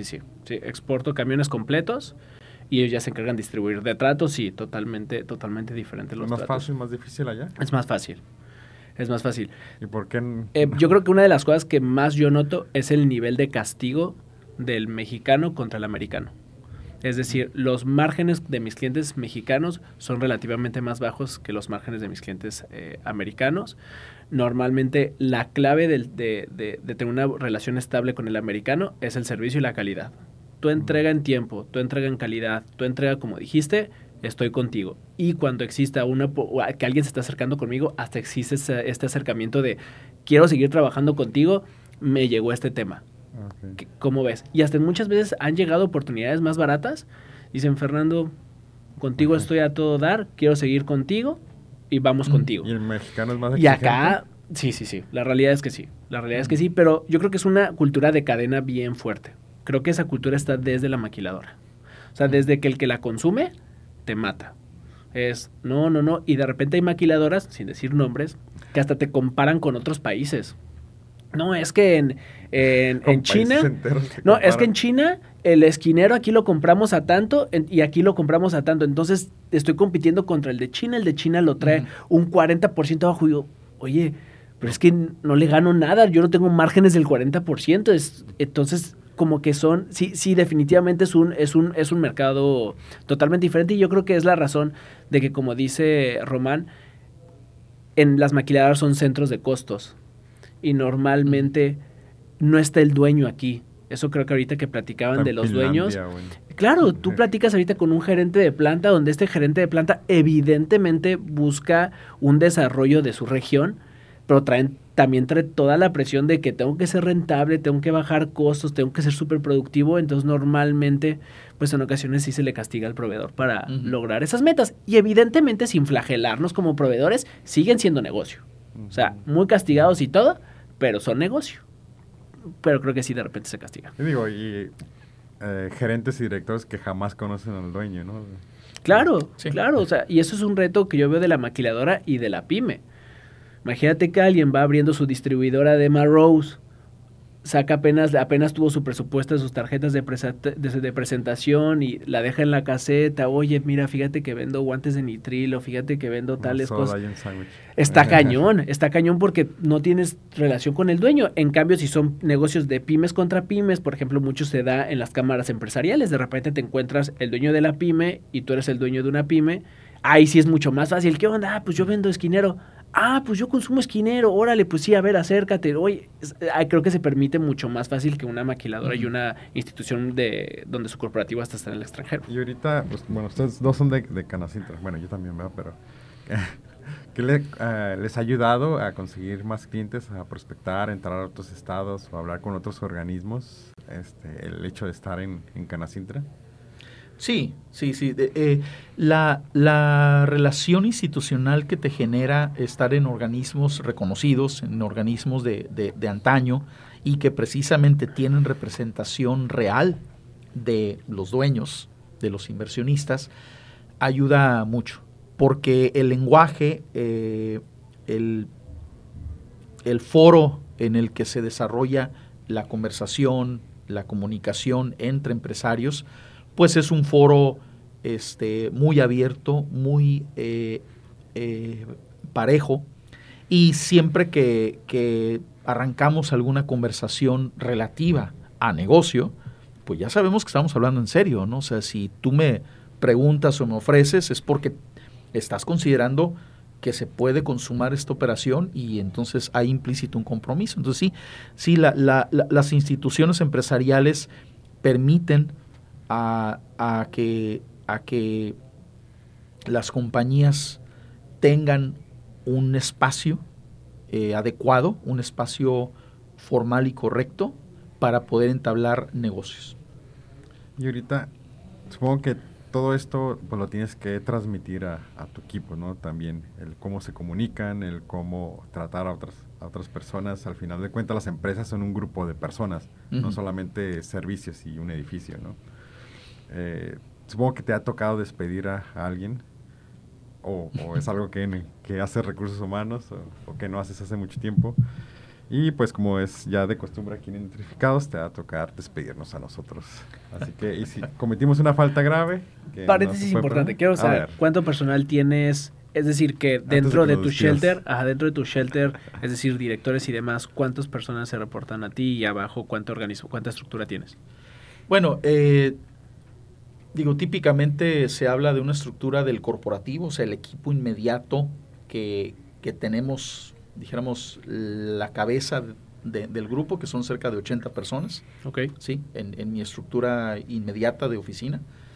exporto camiones completos y ellos ya se encargan de distribuir. De tratos, sí, totalmente diferente ¿Es los más tratos. fácil, más difícil allá? Es más fácil. Es más fácil. ¿Y por qué? Yo creo que una de las cosas que más yo noto es el nivel de castigo del mexicano contra el americano. Es decir, los márgenes de mis clientes mexicanos son relativamente más bajos que los márgenes de mis clientes americanos. Normalmente la clave de tener una relación estable con el americano es el servicio y la calidad. Tu entrega en tiempo, tu entrega en calidad, tu entrega como dijiste, estoy contigo. Y cuando exista que alguien se está acercando conmigo, hasta existe este acercamiento de quiero seguir trabajando contigo, me llegó este tema. Okay. ¿Cómo ves? Y hasta muchas veces han llegado oportunidades más baratas. Dicen, Fernando, contigo estoy a todo dar, quiero seguir contigo y vamos contigo. ¿Y el mexicano es más Y exigente? acá, sí, la realidad es que sí. La realidad es que sí, pero yo creo que es una cultura de cadena bien fuerte. Creo que esa cultura está desde la maquiladora. O sea, desde que el que la consume te mata. Es no. Y de repente hay maquiladoras, sin decir nombres, que hasta te comparan con otros países. No, es que en China... No, es que en China el esquinero aquí lo compramos a tanto y aquí lo compramos a tanto. Entonces estoy compitiendo contra el de China. El de China lo trae un 40% abajo. Y yo, oye, pero es que no le gano nada. Yo no tengo márgenes del 40%. Entonces, como que son... Sí, definitivamente es un mercado totalmente diferente. Y yo creo que es la razón de que, como dice Román, en las maquiladoras son centros de costos. Y normalmente no está el dueño aquí. Eso creo que ahorita que platicaban Está de en los Finlandia, dueños. güey. Claro, tú platicas ahorita con un gerente de planta, donde este gerente de planta evidentemente busca un desarrollo de su región, pero también trae toda la presión de que tengo que ser rentable, tengo que bajar costos, tengo que ser súper productivo. Entonces normalmente, pues en ocasiones sí se le castiga al proveedor para lograr esas metas. Y evidentemente, sin flagelarnos como proveedores, siguen siendo negocio. O sea, muy castigados y todo, pero son negocio. Pero creo que sí de repente se castiga. Y digo, gerentes y directores que jamás conocen al dueño, ¿no? Claro, Sí. claro. O sea, y eso es un reto que yo veo de la maquiladora y de la pyme. Imagínate que alguien va abriendo su distribuidora de Marrose saca apenas tuvo su presupuesto de sus tarjetas de presentación y la deja en la caseta. Oye, mira, fíjate que vendo guantes de nitrilo, fíjate que vendo tales cosas. Está cañón porque no tienes relación con el dueño. En cambio, si son negocios de pymes contra pymes, por ejemplo, mucho se da en las cámaras empresariales. De repente te encuentras el dueño de la pyme y tú eres el dueño de una pyme. Ahí sí es mucho más fácil. ¿Qué onda? Pues yo vendo esquinero. Pues yo consumo esquinero, órale, pues sí, a ver, acércate. Oye, creo que se permite mucho más fácil que una maquiladora y una institución donde su corporativo hasta está en el extranjero. Y ahorita, pues, bueno, ustedes dos son de Canacintra, bueno, yo también, ¿verdad? Pero ¿qué les ha ayudado a conseguir más clientes, a prospectar, entrar a otros estados o hablar con otros organismos, el hecho de estar en Canacintra? Sí. La relación institucional que te genera estar en organismos reconocidos, en organismos de antaño y que precisamente tienen representación real de los dueños, de los inversionistas, ayuda mucho. Porque el lenguaje, el foro en el que se desarrolla la conversación, la comunicación entre empresarios, pues es un foro muy abierto, muy parejo, y siempre que arrancamos alguna conversación relativa a negocio, pues ya sabemos que estamos hablando en serio, ¿no? O sea, si tú me preguntas o me ofreces es porque estás considerando que se puede consumar esta operación y entonces hay implícito un compromiso. Entonces sí, las instituciones empresariales permiten a que las compañías tengan un espacio adecuado, un espacio formal y correcto para poder entablar negocios. Y ahorita, supongo que todo esto pues lo tienes que transmitir a tu equipo, ¿no? También el cómo se comunican, el cómo tratar a otras personas. Al final de cuentas, las empresas son un grupo de personas, no solamente servicios y un edificio, ¿no? Supongo que te ha tocado despedir a alguien o es algo que hace recursos humanos o que no haces hace mucho tiempo. Y pues como es ya de costumbre aquí en Identificados, te va a tocar despedirnos a nosotros. Así que, y si cometimos una falta grave... Paréntesis importante, quiero saber, ¿cuánto personal tienes? Es decir, que dentro de tu shelter, es decir, directores y demás, ¿cuántas personas se reportan a ti y abajo cuánta estructura tienes? Bueno, típicamente se habla de una estructura del corporativo, o sea, el equipo inmediato que tenemos, dijéramos, la cabeza del grupo, que son cerca de 80 personas. Okay. Sí, en mi estructura inmediata de oficina.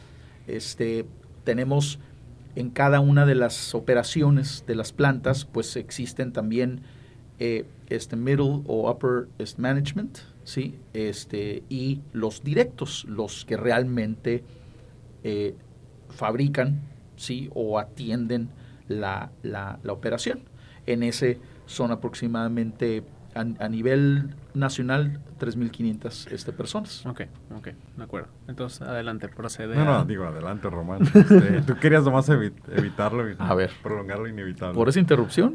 Tenemos en cada una de las operaciones de las plantas, pues existen también middle o upper management, ¿sí? Y los directos, los que realmente fabrican, ¿sí? O atienden la operación. En ese son aproximadamente a nivel nacional 3,500 personas. Ok, de acuerdo. Entonces, adelante, procede. Adelante, Román. Tú querías nomás evitarlo y prolongar lo inevitable. ¿Por esa interrupción?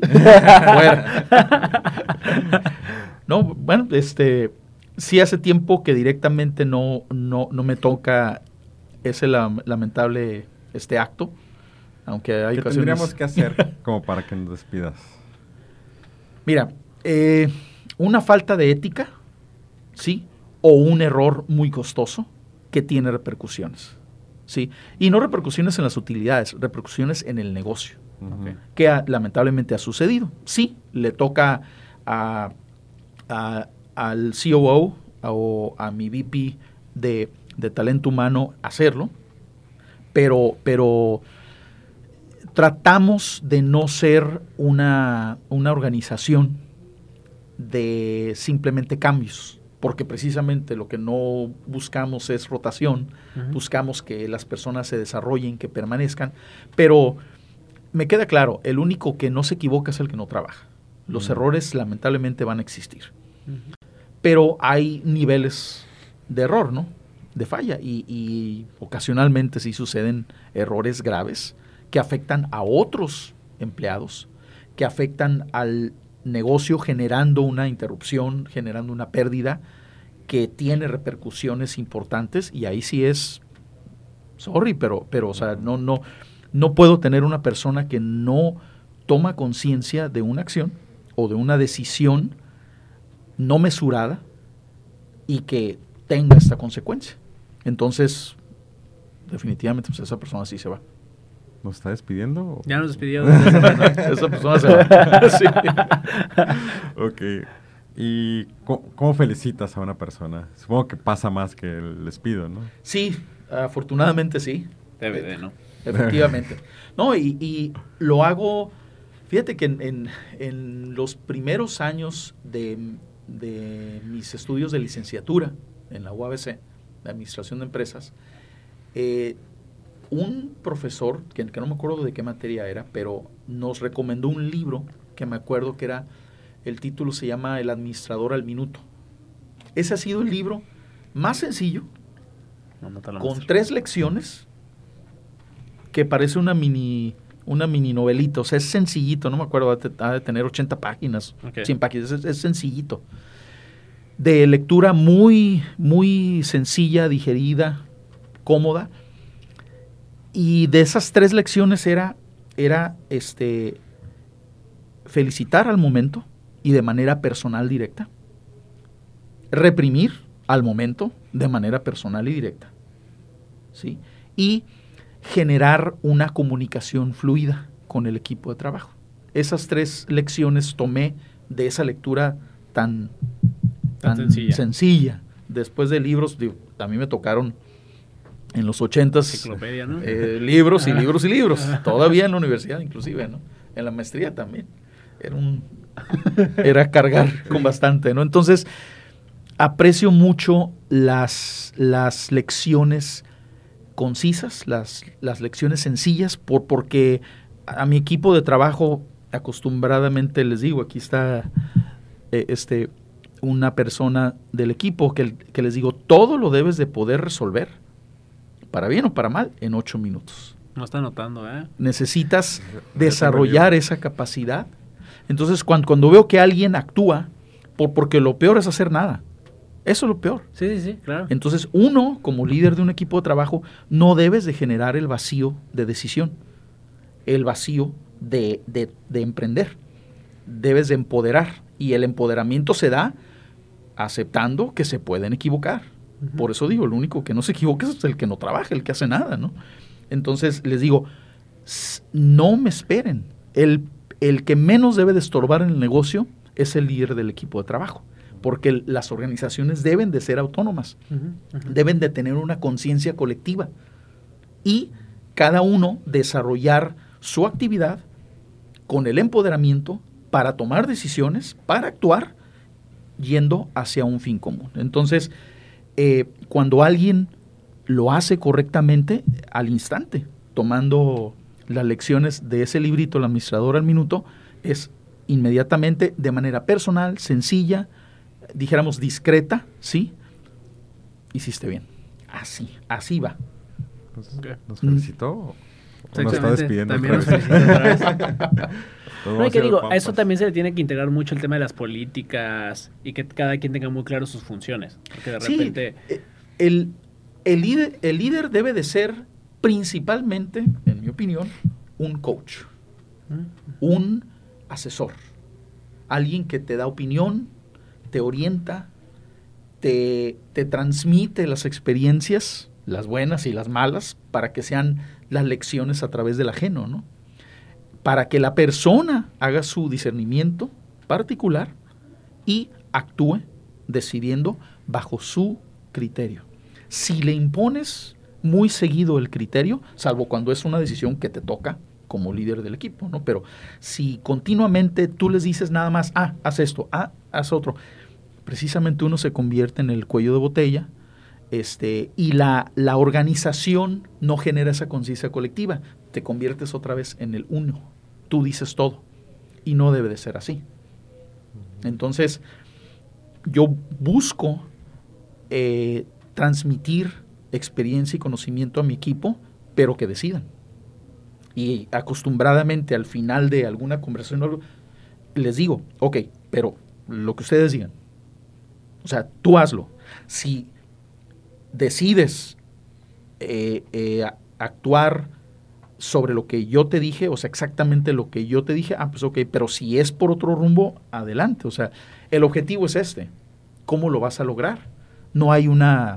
No, bueno, sí hace tiempo que directamente no me toca ese lamentable acto, aunque hay ¿Qué ocasiones... tendríamos que hacer como para que nos despidas? Mira, una falta de ética, ¿sí? O un error muy costoso que tiene repercusiones, ¿sí? Y no repercusiones en las utilidades, repercusiones en el negocio, que lamentablemente ha sucedido. Sí, le toca al COO o a mi VP de talento humano hacerlo, pero tratamos de no ser una organización de simplemente cambios, porque precisamente lo que no buscamos es rotación, buscamos que las personas se desarrollen, que permanezcan, pero me queda claro, el único que no se equivoca es el que no trabaja. Los errores lamentablemente van a existir, pero hay niveles de error, ¿no? De falla, y ocasionalmente sí suceden errores graves que afectan a otros empleados, que afectan al negocio generando una interrupción, generando una pérdida, que tiene repercusiones importantes, y ahí sí es, sorry, pero o sea, no puedo tener una persona que no toma conciencia de una acción o de una decisión no mesurada y que tenga esta consecuencia. Entonces, definitivamente, pues esa persona sí se va. ¿Nos está despidiendo? Ya nos despidió. Esa persona se va. Sí. Ok. ¿Y cómo felicitas a una persona? Supongo que pasa más que el despido, ¿no? Sí, afortunadamente sí. Debe de, ¿no? Efectivamente. No, y lo hago, fíjate que en los primeros años de mis estudios de licenciatura en la UABC, de Administración de Empresas, un profesor, que no me acuerdo de qué materia era, pero nos recomendó un libro que me acuerdo que era, el título se llama El administrador al minuto. Ese ha sido el libro más sencillo, con 3 lecciones, que parece una mini novelita. O sea, es sencillito, no me acuerdo, ha de tener 80 páginas, 100 páginas, es sencillito. De lectura muy, muy sencilla, digerida, cómoda. Y de esas 3 lecciones era felicitar al momento y de manera personal directa. Reprimir al momento de manera personal y directa. ¿Sí? Y generar una comunicación fluida con el equipo de trabajo. Esas 3 lecciones tomé de esa lectura tan sencilla. Después de libros, a mí me tocaron en los 80s enciclopedia, ¿no? Libros y libros y libros. Todavía en la universidad, inclusive, ¿no? En la maestría también. Era cargar con bastante, ¿no? Entonces, aprecio mucho las lecciones concisas, las lecciones sencillas, porque a mi equipo de trabajo acostumbradamente les digo, aquí está una persona del equipo que les digo, todo lo debes de poder resolver, para bien o para mal, en 8 minutos. No está notando, ¿eh? Necesitas desarrollar esa capacidad. Entonces, cuando veo que alguien actúa, porque lo peor es hacer nada. Eso es lo peor. Sí, claro. Entonces, uno, como líder de un equipo de trabajo, no debes de generar el vacío de decisión, el vacío de emprender. Debes de empoderar. Y el empoderamiento se da aceptando que se pueden equivocar. Uh-huh. Por eso digo, el único que no se equivoca es el que no trabaja, el que hace nada, ¿no? Entonces, les digo, no me esperen. El que menos debe de estorbar en el negocio es el líder del equipo de trabajo. Porque las organizaciones deben de ser autónomas, deben de tener una conciencia colectiva y cada uno desarrollar su actividad con el empoderamiento para tomar decisiones, para actuar yendo hacia un fin común. Entonces, cuando alguien lo hace correctamente, al instante, tomando las lecciones de ese librito, El administrador al minuto, es inmediatamente, de manera personal, sencilla, dijéramos discreta, ¿sí? Hiciste bien. Así va. ¿Nos felicitó o nos está despidiendo? También nos felicitó otra vez. No, y que digo, a eso también se le tiene que integrar mucho el tema de las políticas y que cada quien tenga muy claro sus funciones. Porque de repente... El líder debe de ser principalmente, en mi opinión, un coach, un asesor, alguien que te da opinión, te orienta, te transmite las experiencias, las buenas y las malas, para que sean las lecciones a través del ajeno, ¿no? Para que la persona haga su discernimiento particular y actúe decidiendo bajo su criterio. Si le impones muy seguido el criterio, salvo cuando es una decisión que te toca como líder del equipo, ¿no? Pero si continuamente tú les dices nada más, haz esto, haz otro, precisamente uno se convierte en el cuello de botella, y la organización no genera esa conciencia colectiva, te conviertes otra vez en el uno, tú dices todo, y no debe de ser así. Entonces, yo busco transmitir experiencia y conocimiento a mi equipo, pero que decidan. Y acostumbradamente al final de alguna conversación les digo, ok, pero lo que ustedes digan. O sea, tú hazlo. Si decides actuar sobre lo que yo te dije, o sea, exactamente lo que yo te dije, pues ok, pero si es por otro rumbo, adelante. O sea, el objetivo es este. ¿Cómo lo vas a lograr? No hay una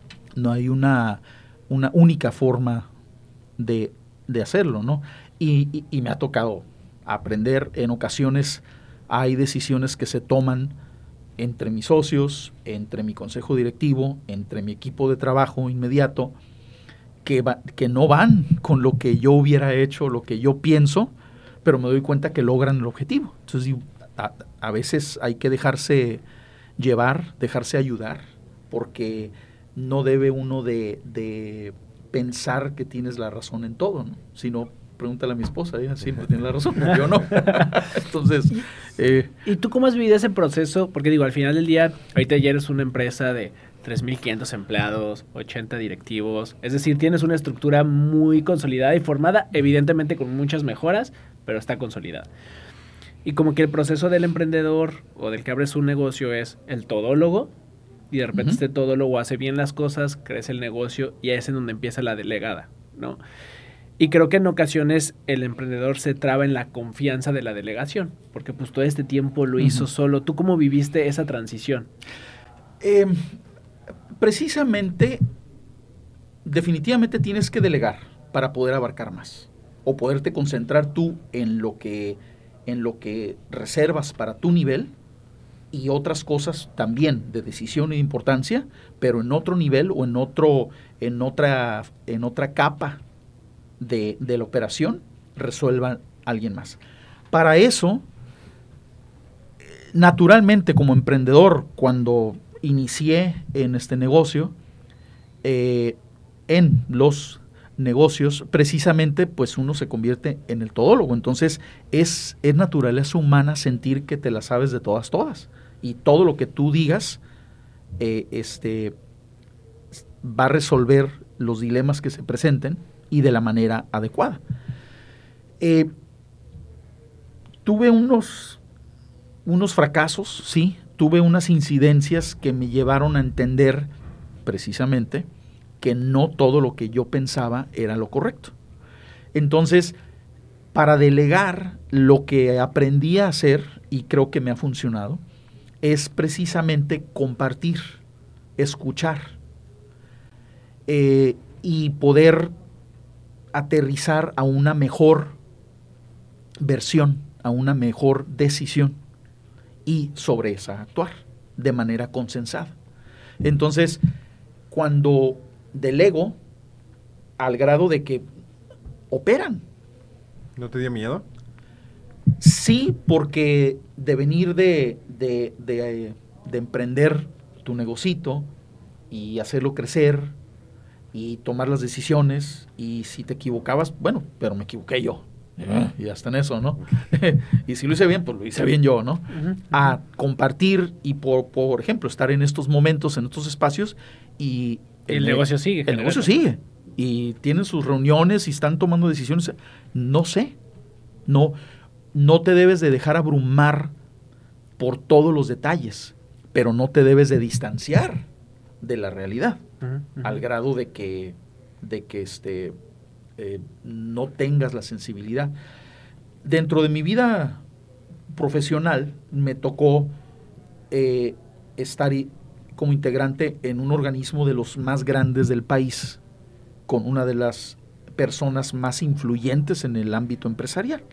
única forma de hacerlo, ¿no? Y me ha tocado aprender. En ocasiones hay decisiones que se toman entre mis socios, entre mi consejo directivo, entre mi equipo de trabajo inmediato, que no van con lo que yo hubiera hecho, lo que yo pienso, pero me doy cuenta que logran el objetivo. Entonces, a veces hay que dejarse llevar, dejarse ayudar, porque no debe uno de pensar que tienes la razón en todo, ¿no? Sino, pregúntale a mi esposa, ella siempre tiene la razón, yo no. Entonces... ¿Y tú cómo has vivido ese proceso? Porque digo, al final del día, ahorita ya eres una empresa de 3,500 empleados, 80 directivos, es decir, tienes una estructura muy consolidada y formada, evidentemente con muchas mejoras, pero está consolidada. Y como que el proceso del emprendedor o del que abres un negocio es el todólogo, y de repente este todólogo hace bien las cosas, crece el negocio y es en donde empieza la delegada, ¿no? Y creo que en ocasiones el emprendedor se traba en la confianza de la delegación, porque pues todo este tiempo lo hizo solo. ¿Tú cómo viviste esa transición? Precisamente, definitivamente tienes que delegar para poder abarcar más, o poderte concentrar tú en lo que reservas para tu nivel, y otras cosas también de decisión y de importancia, pero en otro nivel o en otra capa de la operación, resuelva alguien más. Para eso, naturalmente, como emprendedor, cuando inicié en este negocio, en los negocios, precisamente, pues uno se convierte en el todólogo. Entonces, es naturaleza humana sentir que te la sabes de todas. Y todo lo que tú digas va a resolver los dilemas que se presenten y de la manera adecuada. Tuve unos fracasos, sí, tuve unas incidencias que me llevaron a entender precisamente que no todo lo que yo pensaba era lo correcto. Entonces, para delegar, lo que aprendí a hacer, y creo que me ha funcionado, es precisamente compartir, escuchar, y poder aterrizar a una mejor versión, a una mejor decisión, y sobre esa actuar de manera consensada. Entonces, cuando delego, al grado de que operan. ¿No te dio miedo? Sí, porque de venir de emprender tu negocito y hacerlo crecer y tomar las decisiones, y si te equivocabas, bueno, pero me equivoqué yo. Y hasta en eso, ¿no? Y si lo hice bien, pues lo hice bien yo, ¿no? A compartir y, por ejemplo, estar en estos momentos, en estos espacios, y el negocio sigue. El negocio sigue. Y tienen sus reuniones y están tomando decisiones. No sé. No te debes de dejar abrumar por todos los detalles, pero no te debes de distanciar de la realidad, al grado de que no tengas la sensibilidad. Dentro de mi vida profesional me tocó estar como integrante en un organismo de los más grandes del país, con una de las personas más influyentes en el ámbito empresarial.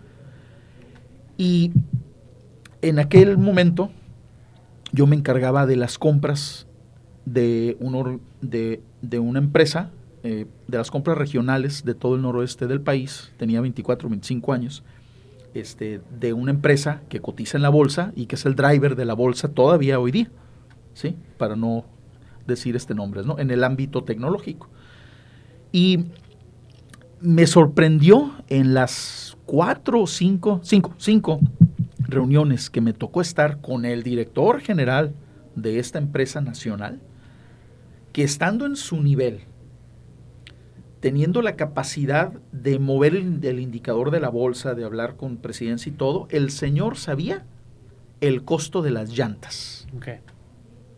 Y en aquel momento yo me encargaba de las compras de una empresa, de las compras regionales de todo el noroeste del país. Tenía 24, 25 años, de una empresa que cotiza en la bolsa y que es el driver de la bolsa todavía hoy día, ¿sí? Para no decir nombres, ¿no? En el ámbito tecnológico. Y me sorprendió en las 5 reuniones que me tocó estar con el director general de esta empresa nacional, que estando en su nivel, teniendo la capacidad de mover el indicador de la bolsa, de hablar con presidencia y todo, el señor sabía el costo de las llantas. Okay.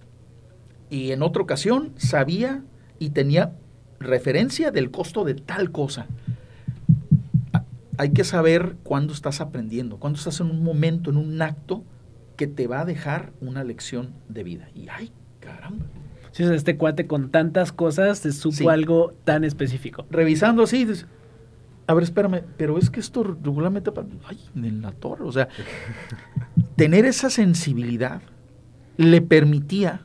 Y en otra ocasión sabía y tenía referencia del costo de tal cosa. Hay que saber cuándo estás aprendiendo, cuándo estás en un momento, en un acto que te va a dejar una lección de vida. Y ¡ay, caramba! Sí, o sea, este cuate con tantas cosas se supo algo tan específico. Revisando así, dices, a ver, espérame, pero es que esto regularmente... ¡Ay, en la torre! O sea, tener esa sensibilidad le permitía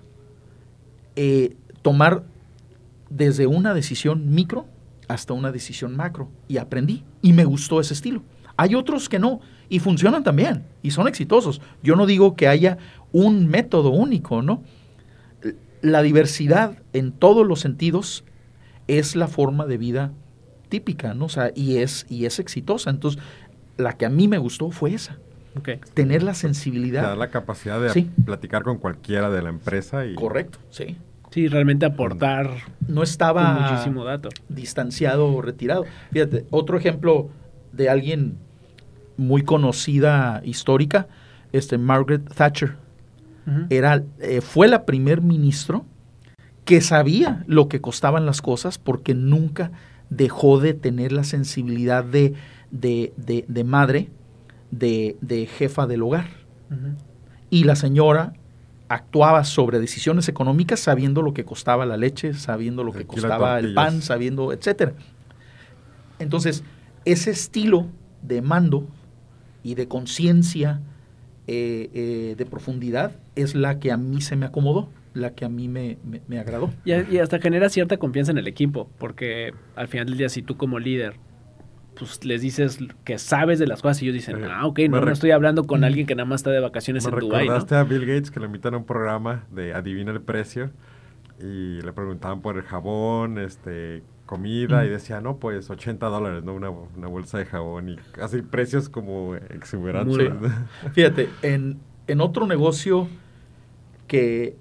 tomar desde una decisión micro hasta una decisión macro, y aprendí, y me gustó ese estilo. Hay otros que no, y funcionan también, y son exitosos. Yo no digo que haya un método único, ¿no? La diversidad en todos los sentidos es la forma de vida típica, ¿no? O sea, y es exitosa. Entonces, la que a mí me gustó fue esa. Okay. Tener la sensibilidad. Te da la capacidad de platicar con cualquiera de la empresa. Correcto, sí. Sí, realmente aportar. No estaba muchísimo dato. Distanciado o retirado. Fíjate, otro ejemplo de alguien muy conocida histórica, Margaret Thatcher. Uh-huh. Fue la primer ministro que sabía lo que costaban las cosas porque nunca dejó de tener la sensibilidad de madre, de jefa del hogar. Uh-huh. Y la señora actuaba sobre decisiones económicas sabiendo lo que costaba la leche, sabiendo lo que costaba el pan, sabiendo, etcétera. Entonces, ese estilo de mando y de conciencia de profundidad es la que a mí se me acomodó, la que a mí me agradó. Y hasta genera cierta confianza en el equipo, porque al final del día, si tú como líder pues les dices que sabes de las cosas y ellos dicen, ok, no estoy hablando con alguien que nada más está de vacaciones en Dubái, ¿no? ¿Recordaste a Bill Gates que le invitaron a un programa de Adivina el Precio? Y le preguntaban por el jabón, comida, y decía, no, pues $80, ¿no? Una bolsa de jabón, y casi precios como exuberantes. Sí. Fíjate, en otro negocio que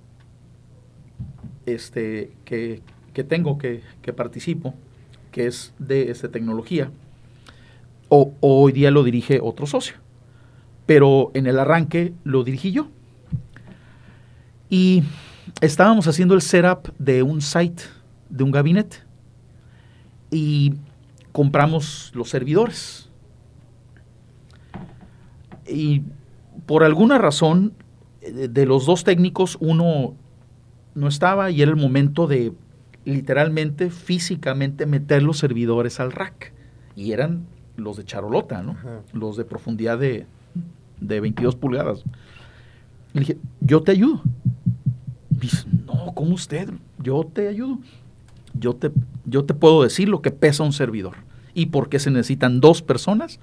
tengo, que participo, que es de tecnología, hoy día lo dirige otro socio, pero en el arranque lo dirigí yo. Y estábamos haciendo el setup de un site, de un gabinete, y compramos los servidores. Y por alguna razón, de los dos técnicos, uno no estaba y era el momento de literalmente, físicamente meter los servidores al rack. Y eran los de charolota, ¿no? Ajá. Los de profundidad de 22 pulgadas. Y le dije, yo te ayudo. Y dice, no, ¿cómo usted? Yo te ayudo. Yo te puedo decir lo que pesa un servidor. Y por qué se necesitan 2 personas,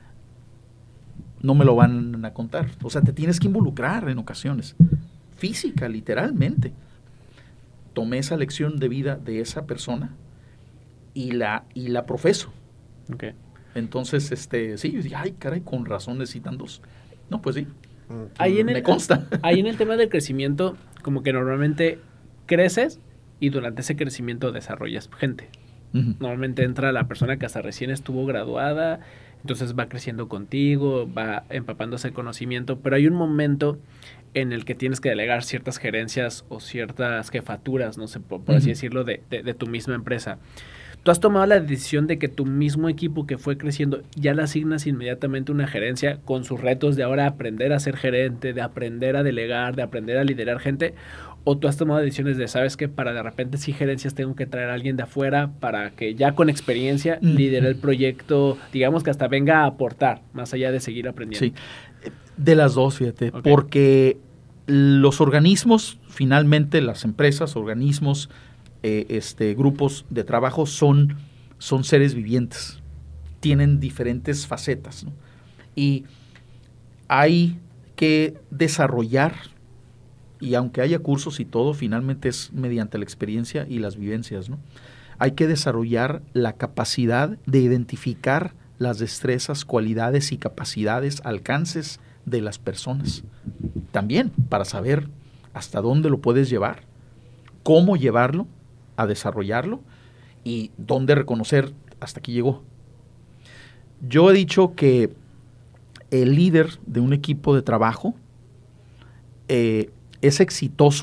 no me lo van a contar. O sea, te tienes que involucrar en ocasiones. Física, literalmente. Tomé esa lección de vida de esa persona y la profeso. Okay. Entonces, sí, yo dije, ay, caray, con razón necesitan 2. No, pues sí. Me consta. Ahí en el tema del crecimiento, como que normalmente creces y durante ese crecimiento desarrollas gente. Uh-huh. Normalmente entra la persona que hasta recién estuvo graduada, entonces va creciendo contigo, va empapándose el conocimiento, pero hay un momento en el que tienes que delegar ciertas gerencias o ciertas jefaturas, no sé, por así decirlo, de tu misma empresa. ¿Tú has tomado la decisión de que tu mismo equipo que fue creciendo ya le asignas inmediatamente una gerencia con sus retos de ahora aprender a ser gerente, de aprender a delegar, de aprender a liderar gente? ¿O tú has tomado decisiones de, sabes que para de repente sí gerencias tengo que traer a alguien de afuera para que ya con experiencia lidere el proyecto, digamos que hasta venga a aportar, más allá de seguir aprendiendo? Sí, de las dos, fíjate, okay. Porque los organismos, finalmente las empresas, organismos, grupos de trabajo son seres vivientes, tienen diferentes facetas, ¿no? Y hay que desarrollar, y aunque haya cursos y todo, finalmente es mediante la experiencia y las vivencias, ¿no? Hay que desarrollar la capacidad de identificar las destrezas, cualidades y capacidades, alcances de las personas. También para saber hasta dónde lo puedes llevar, cómo llevarlo a desarrollarlo y dónde reconocer hasta aquí llegó. Yo he dicho que el líder de un equipo de trabajo es exitoso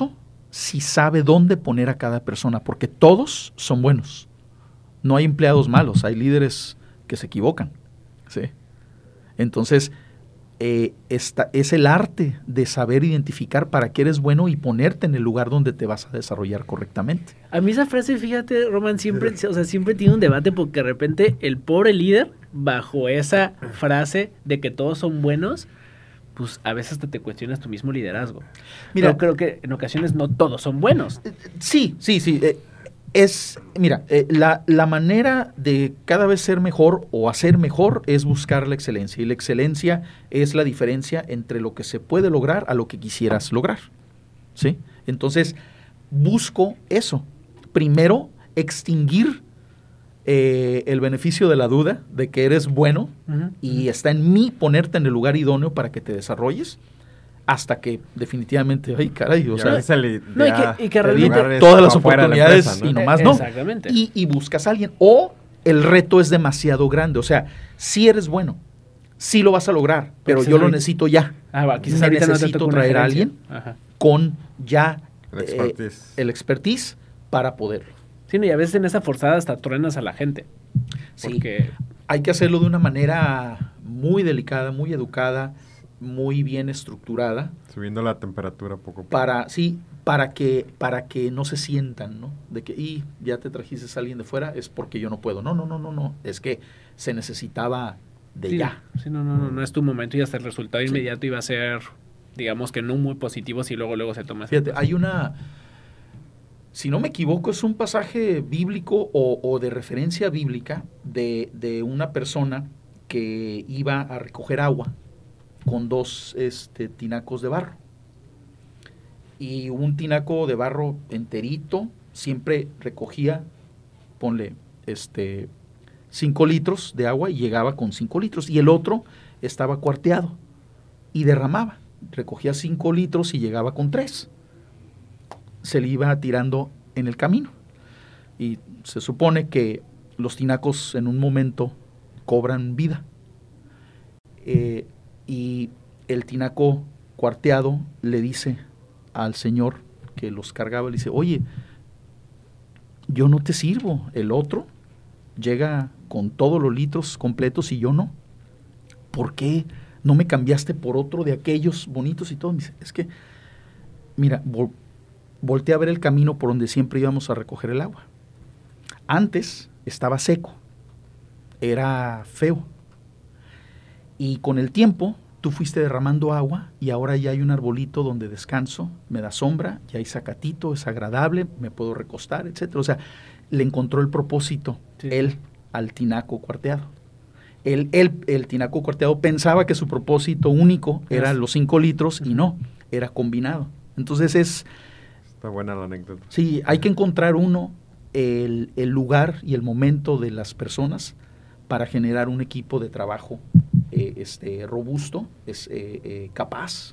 si sabe dónde poner a cada persona, porque todos son buenos. No hay empleados malos, hay líderes que se equivocan. ¿Sí? Entonces, es el arte de saber identificar para qué eres bueno y ponerte en el lugar donde te vas a desarrollar correctamente. A mí esa frase, fíjate, Román, siempre tiene un debate porque de repente el pobre líder, bajo esa frase de que todos son buenos, pues a veces te cuestionas tu mismo liderazgo. Mira, yo creo que en ocasiones no todos son buenos. Sí. La manera de cada vez ser mejor o hacer mejor es buscar la excelencia. Y la excelencia es la diferencia entre lo que se puede lograr a lo que quisieras lograr. ¿Sí? Entonces, busco eso. Primero, extinguir el beneficio de la duda de que eres bueno y está en mí ponerte en el lugar idóneo para que te desarrolles. Hasta que definitivamente, ay caray, o sea, y que realmente todas las oportunidades empresa, ¿no? Y nomás no. Exactamente. Y buscas a alguien. O el reto es demasiado grande. O sea, si eres bueno, sí lo vas a lograr, pero yo lo necesito ya. Quizás ahorita necesito traer a alguien con ya el expertise para poderlo. Sí, y a veces en esa forzada hasta truenas a la gente. Porque... Sí, hay que hacerlo de una manera muy delicada, muy educada, muy bien estructurada. Subiendo la temperatura poco a poco. Para que no se sientan, ¿no? De que, ya te trajiste a alguien de fuera, es porque yo no puedo. No. Es que se necesitaba de ya. Sí, no es tu momento y hasta el resultado inmediato iba a ser, digamos que no muy positivo si luego se toma. Fíjate, hay si no me equivoco, es un pasaje bíblico o de referencia bíblica de una persona que iba a recoger agua con 2 tinacos de barro. Y un tinaco de barro enterito siempre recogía, ponle, 5 litros de agua y llegaba con 5 litros. Y el otro estaba cuarteado y derramaba. Recogía 5 litros y llegaba con 3. Se le iba tirando en el camino. Y se supone que los tinacos en un momento cobran vida. Y el tinaco cuarteado le dice al señor que los cargaba, le dice, oye, yo no te sirvo, el otro llega con todos los litros completos y yo no. ¿Por qué no me cambiaste por otro de aquellos bonitos y todo? Me dice, es que, mira, volteé a ver el camino por donde siempre íbamos a recoger el agua. Antes estaba seco, era feo. Y con el tiempo, tú fuiste derramando agua y ahora ya hay un arbolito donde descanso, me da sombra, ya hay zacatito, es agradable, me puedo recostar, etcétera. O sea, le encontró el propósito, él, al tinaco cuarteado. El tinaco cuarteado pensaba que su propósito único era los 5 litros y no, era combinado. Entonces Está buena la anécdota. Sí, hay que encontrar el lugar y el momento de las personas para generar un equipo de trabajo robusto, capaz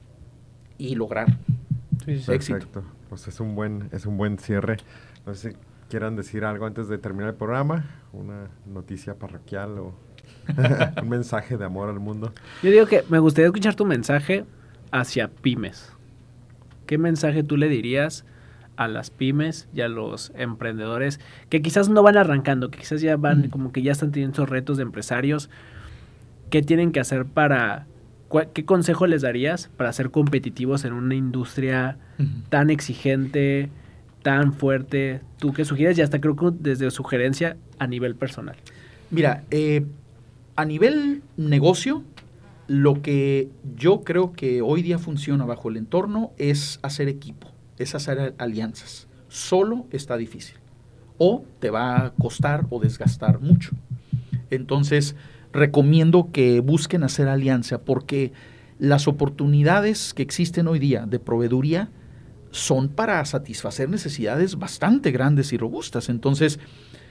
y lograr éxito. Perfecto. Pues es un buen cierre. No sé si quieran decir algo antes de terminar el programa, una noticia parroquial o un mensaje de amor al mundo. Yo digo que me gustaría escuchar tu mensaje hacia pymes. ¿Qué mensaje tú le dirías a las pymes y a los emprendedores que quizás no van arrancando, que quizás ya van, como que ya están teniendo esos retos de empresarios? ¿Qué tienen que hacer qué consejo les darías para ser competitivos en una industria tan exigente, tan fuerte? ¿Tú qué sugieres? Y hasta creo que desde sugerencia a nivel personal. Mira, a nivel negocio, lo que yo creo que hoy día funciona bajo el entorno es hacer equipo, es hacer alianzas. Solo está difícil. O te va a costar o desgastar mucho. Entonces, recomiendo que busquen hacer alianza porque las oportunidades que existen hoy día de proveeduría son para satisfacer necesidades bastante grandes y robustas. Entonces,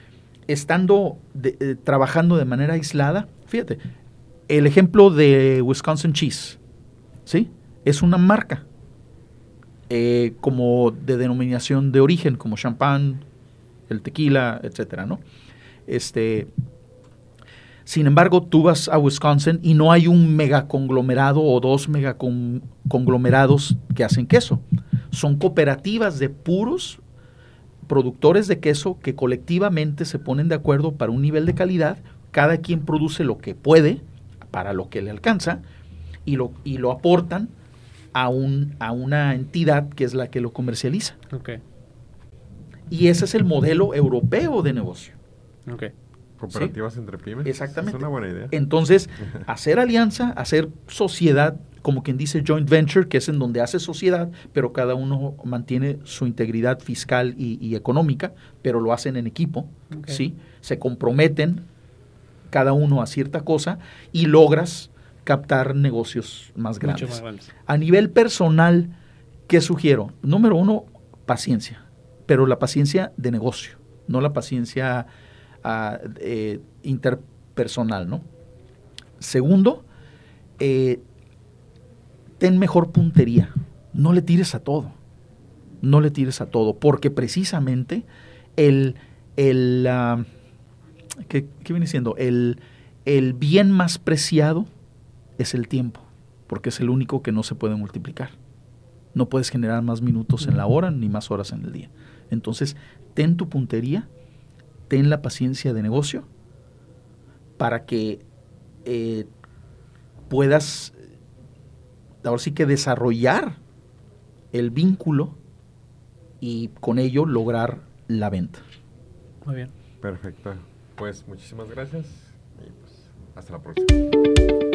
trabajando de manera aislada, fíjate, el ejemplo de Wisconsin Cheese, ¿sí? Es una marca como de denominación de origen, como champán, el tequila, etcétera, ¿no? Sin embargo, tú vas a Wisconsin y no hay un megaconglomerado o 2 megaconglomerados que hacen queso. Son cooperativas de puros productores de queso que colectivamente se ponen de acuerdo para un nivel de calidad. Cada quien produce lo que puede para lo que le alcanza y lo aportan a una entidad que es la que lo comercializa. Ok. Y ese es el modelo europeo de negocio. Ok. Cooperativas entre pymes. Exactamente. Es una buena idea. Entonces, hacer alianza, hacer sociedad, como quien dice joint venture, que es en donde hace sociedad, pero cada uno mantiene su integridad fiscal y económica, pero lo hacen en equipo, Okay. ¿sí? Se comprometen cada uno a cierta cosa y logras captar negocios más grandes. Mucho más grandes. A nivel personal, ¿qué sugiero? Número 1, paciencia, pero la paciencia de negocio, no la paciencia interpersonal, ¿no? Segundo, ten mejor puntería, no le tires a todo, porque precisamente ¿qué viene siendo? El bien más preciado es el tiempo, porque es el único que no se puede multiplicar. No puedes generar más minutos en la hora ni más horas en el día. Entonces, ten tu puntería, ten la paciencia de negocio para que puedas, ahora sí que desarrollar el vínculo y con ello lograr la venta. Muy bien. Perfecto. Pues muchísimas gracias y pues hasta la próxima.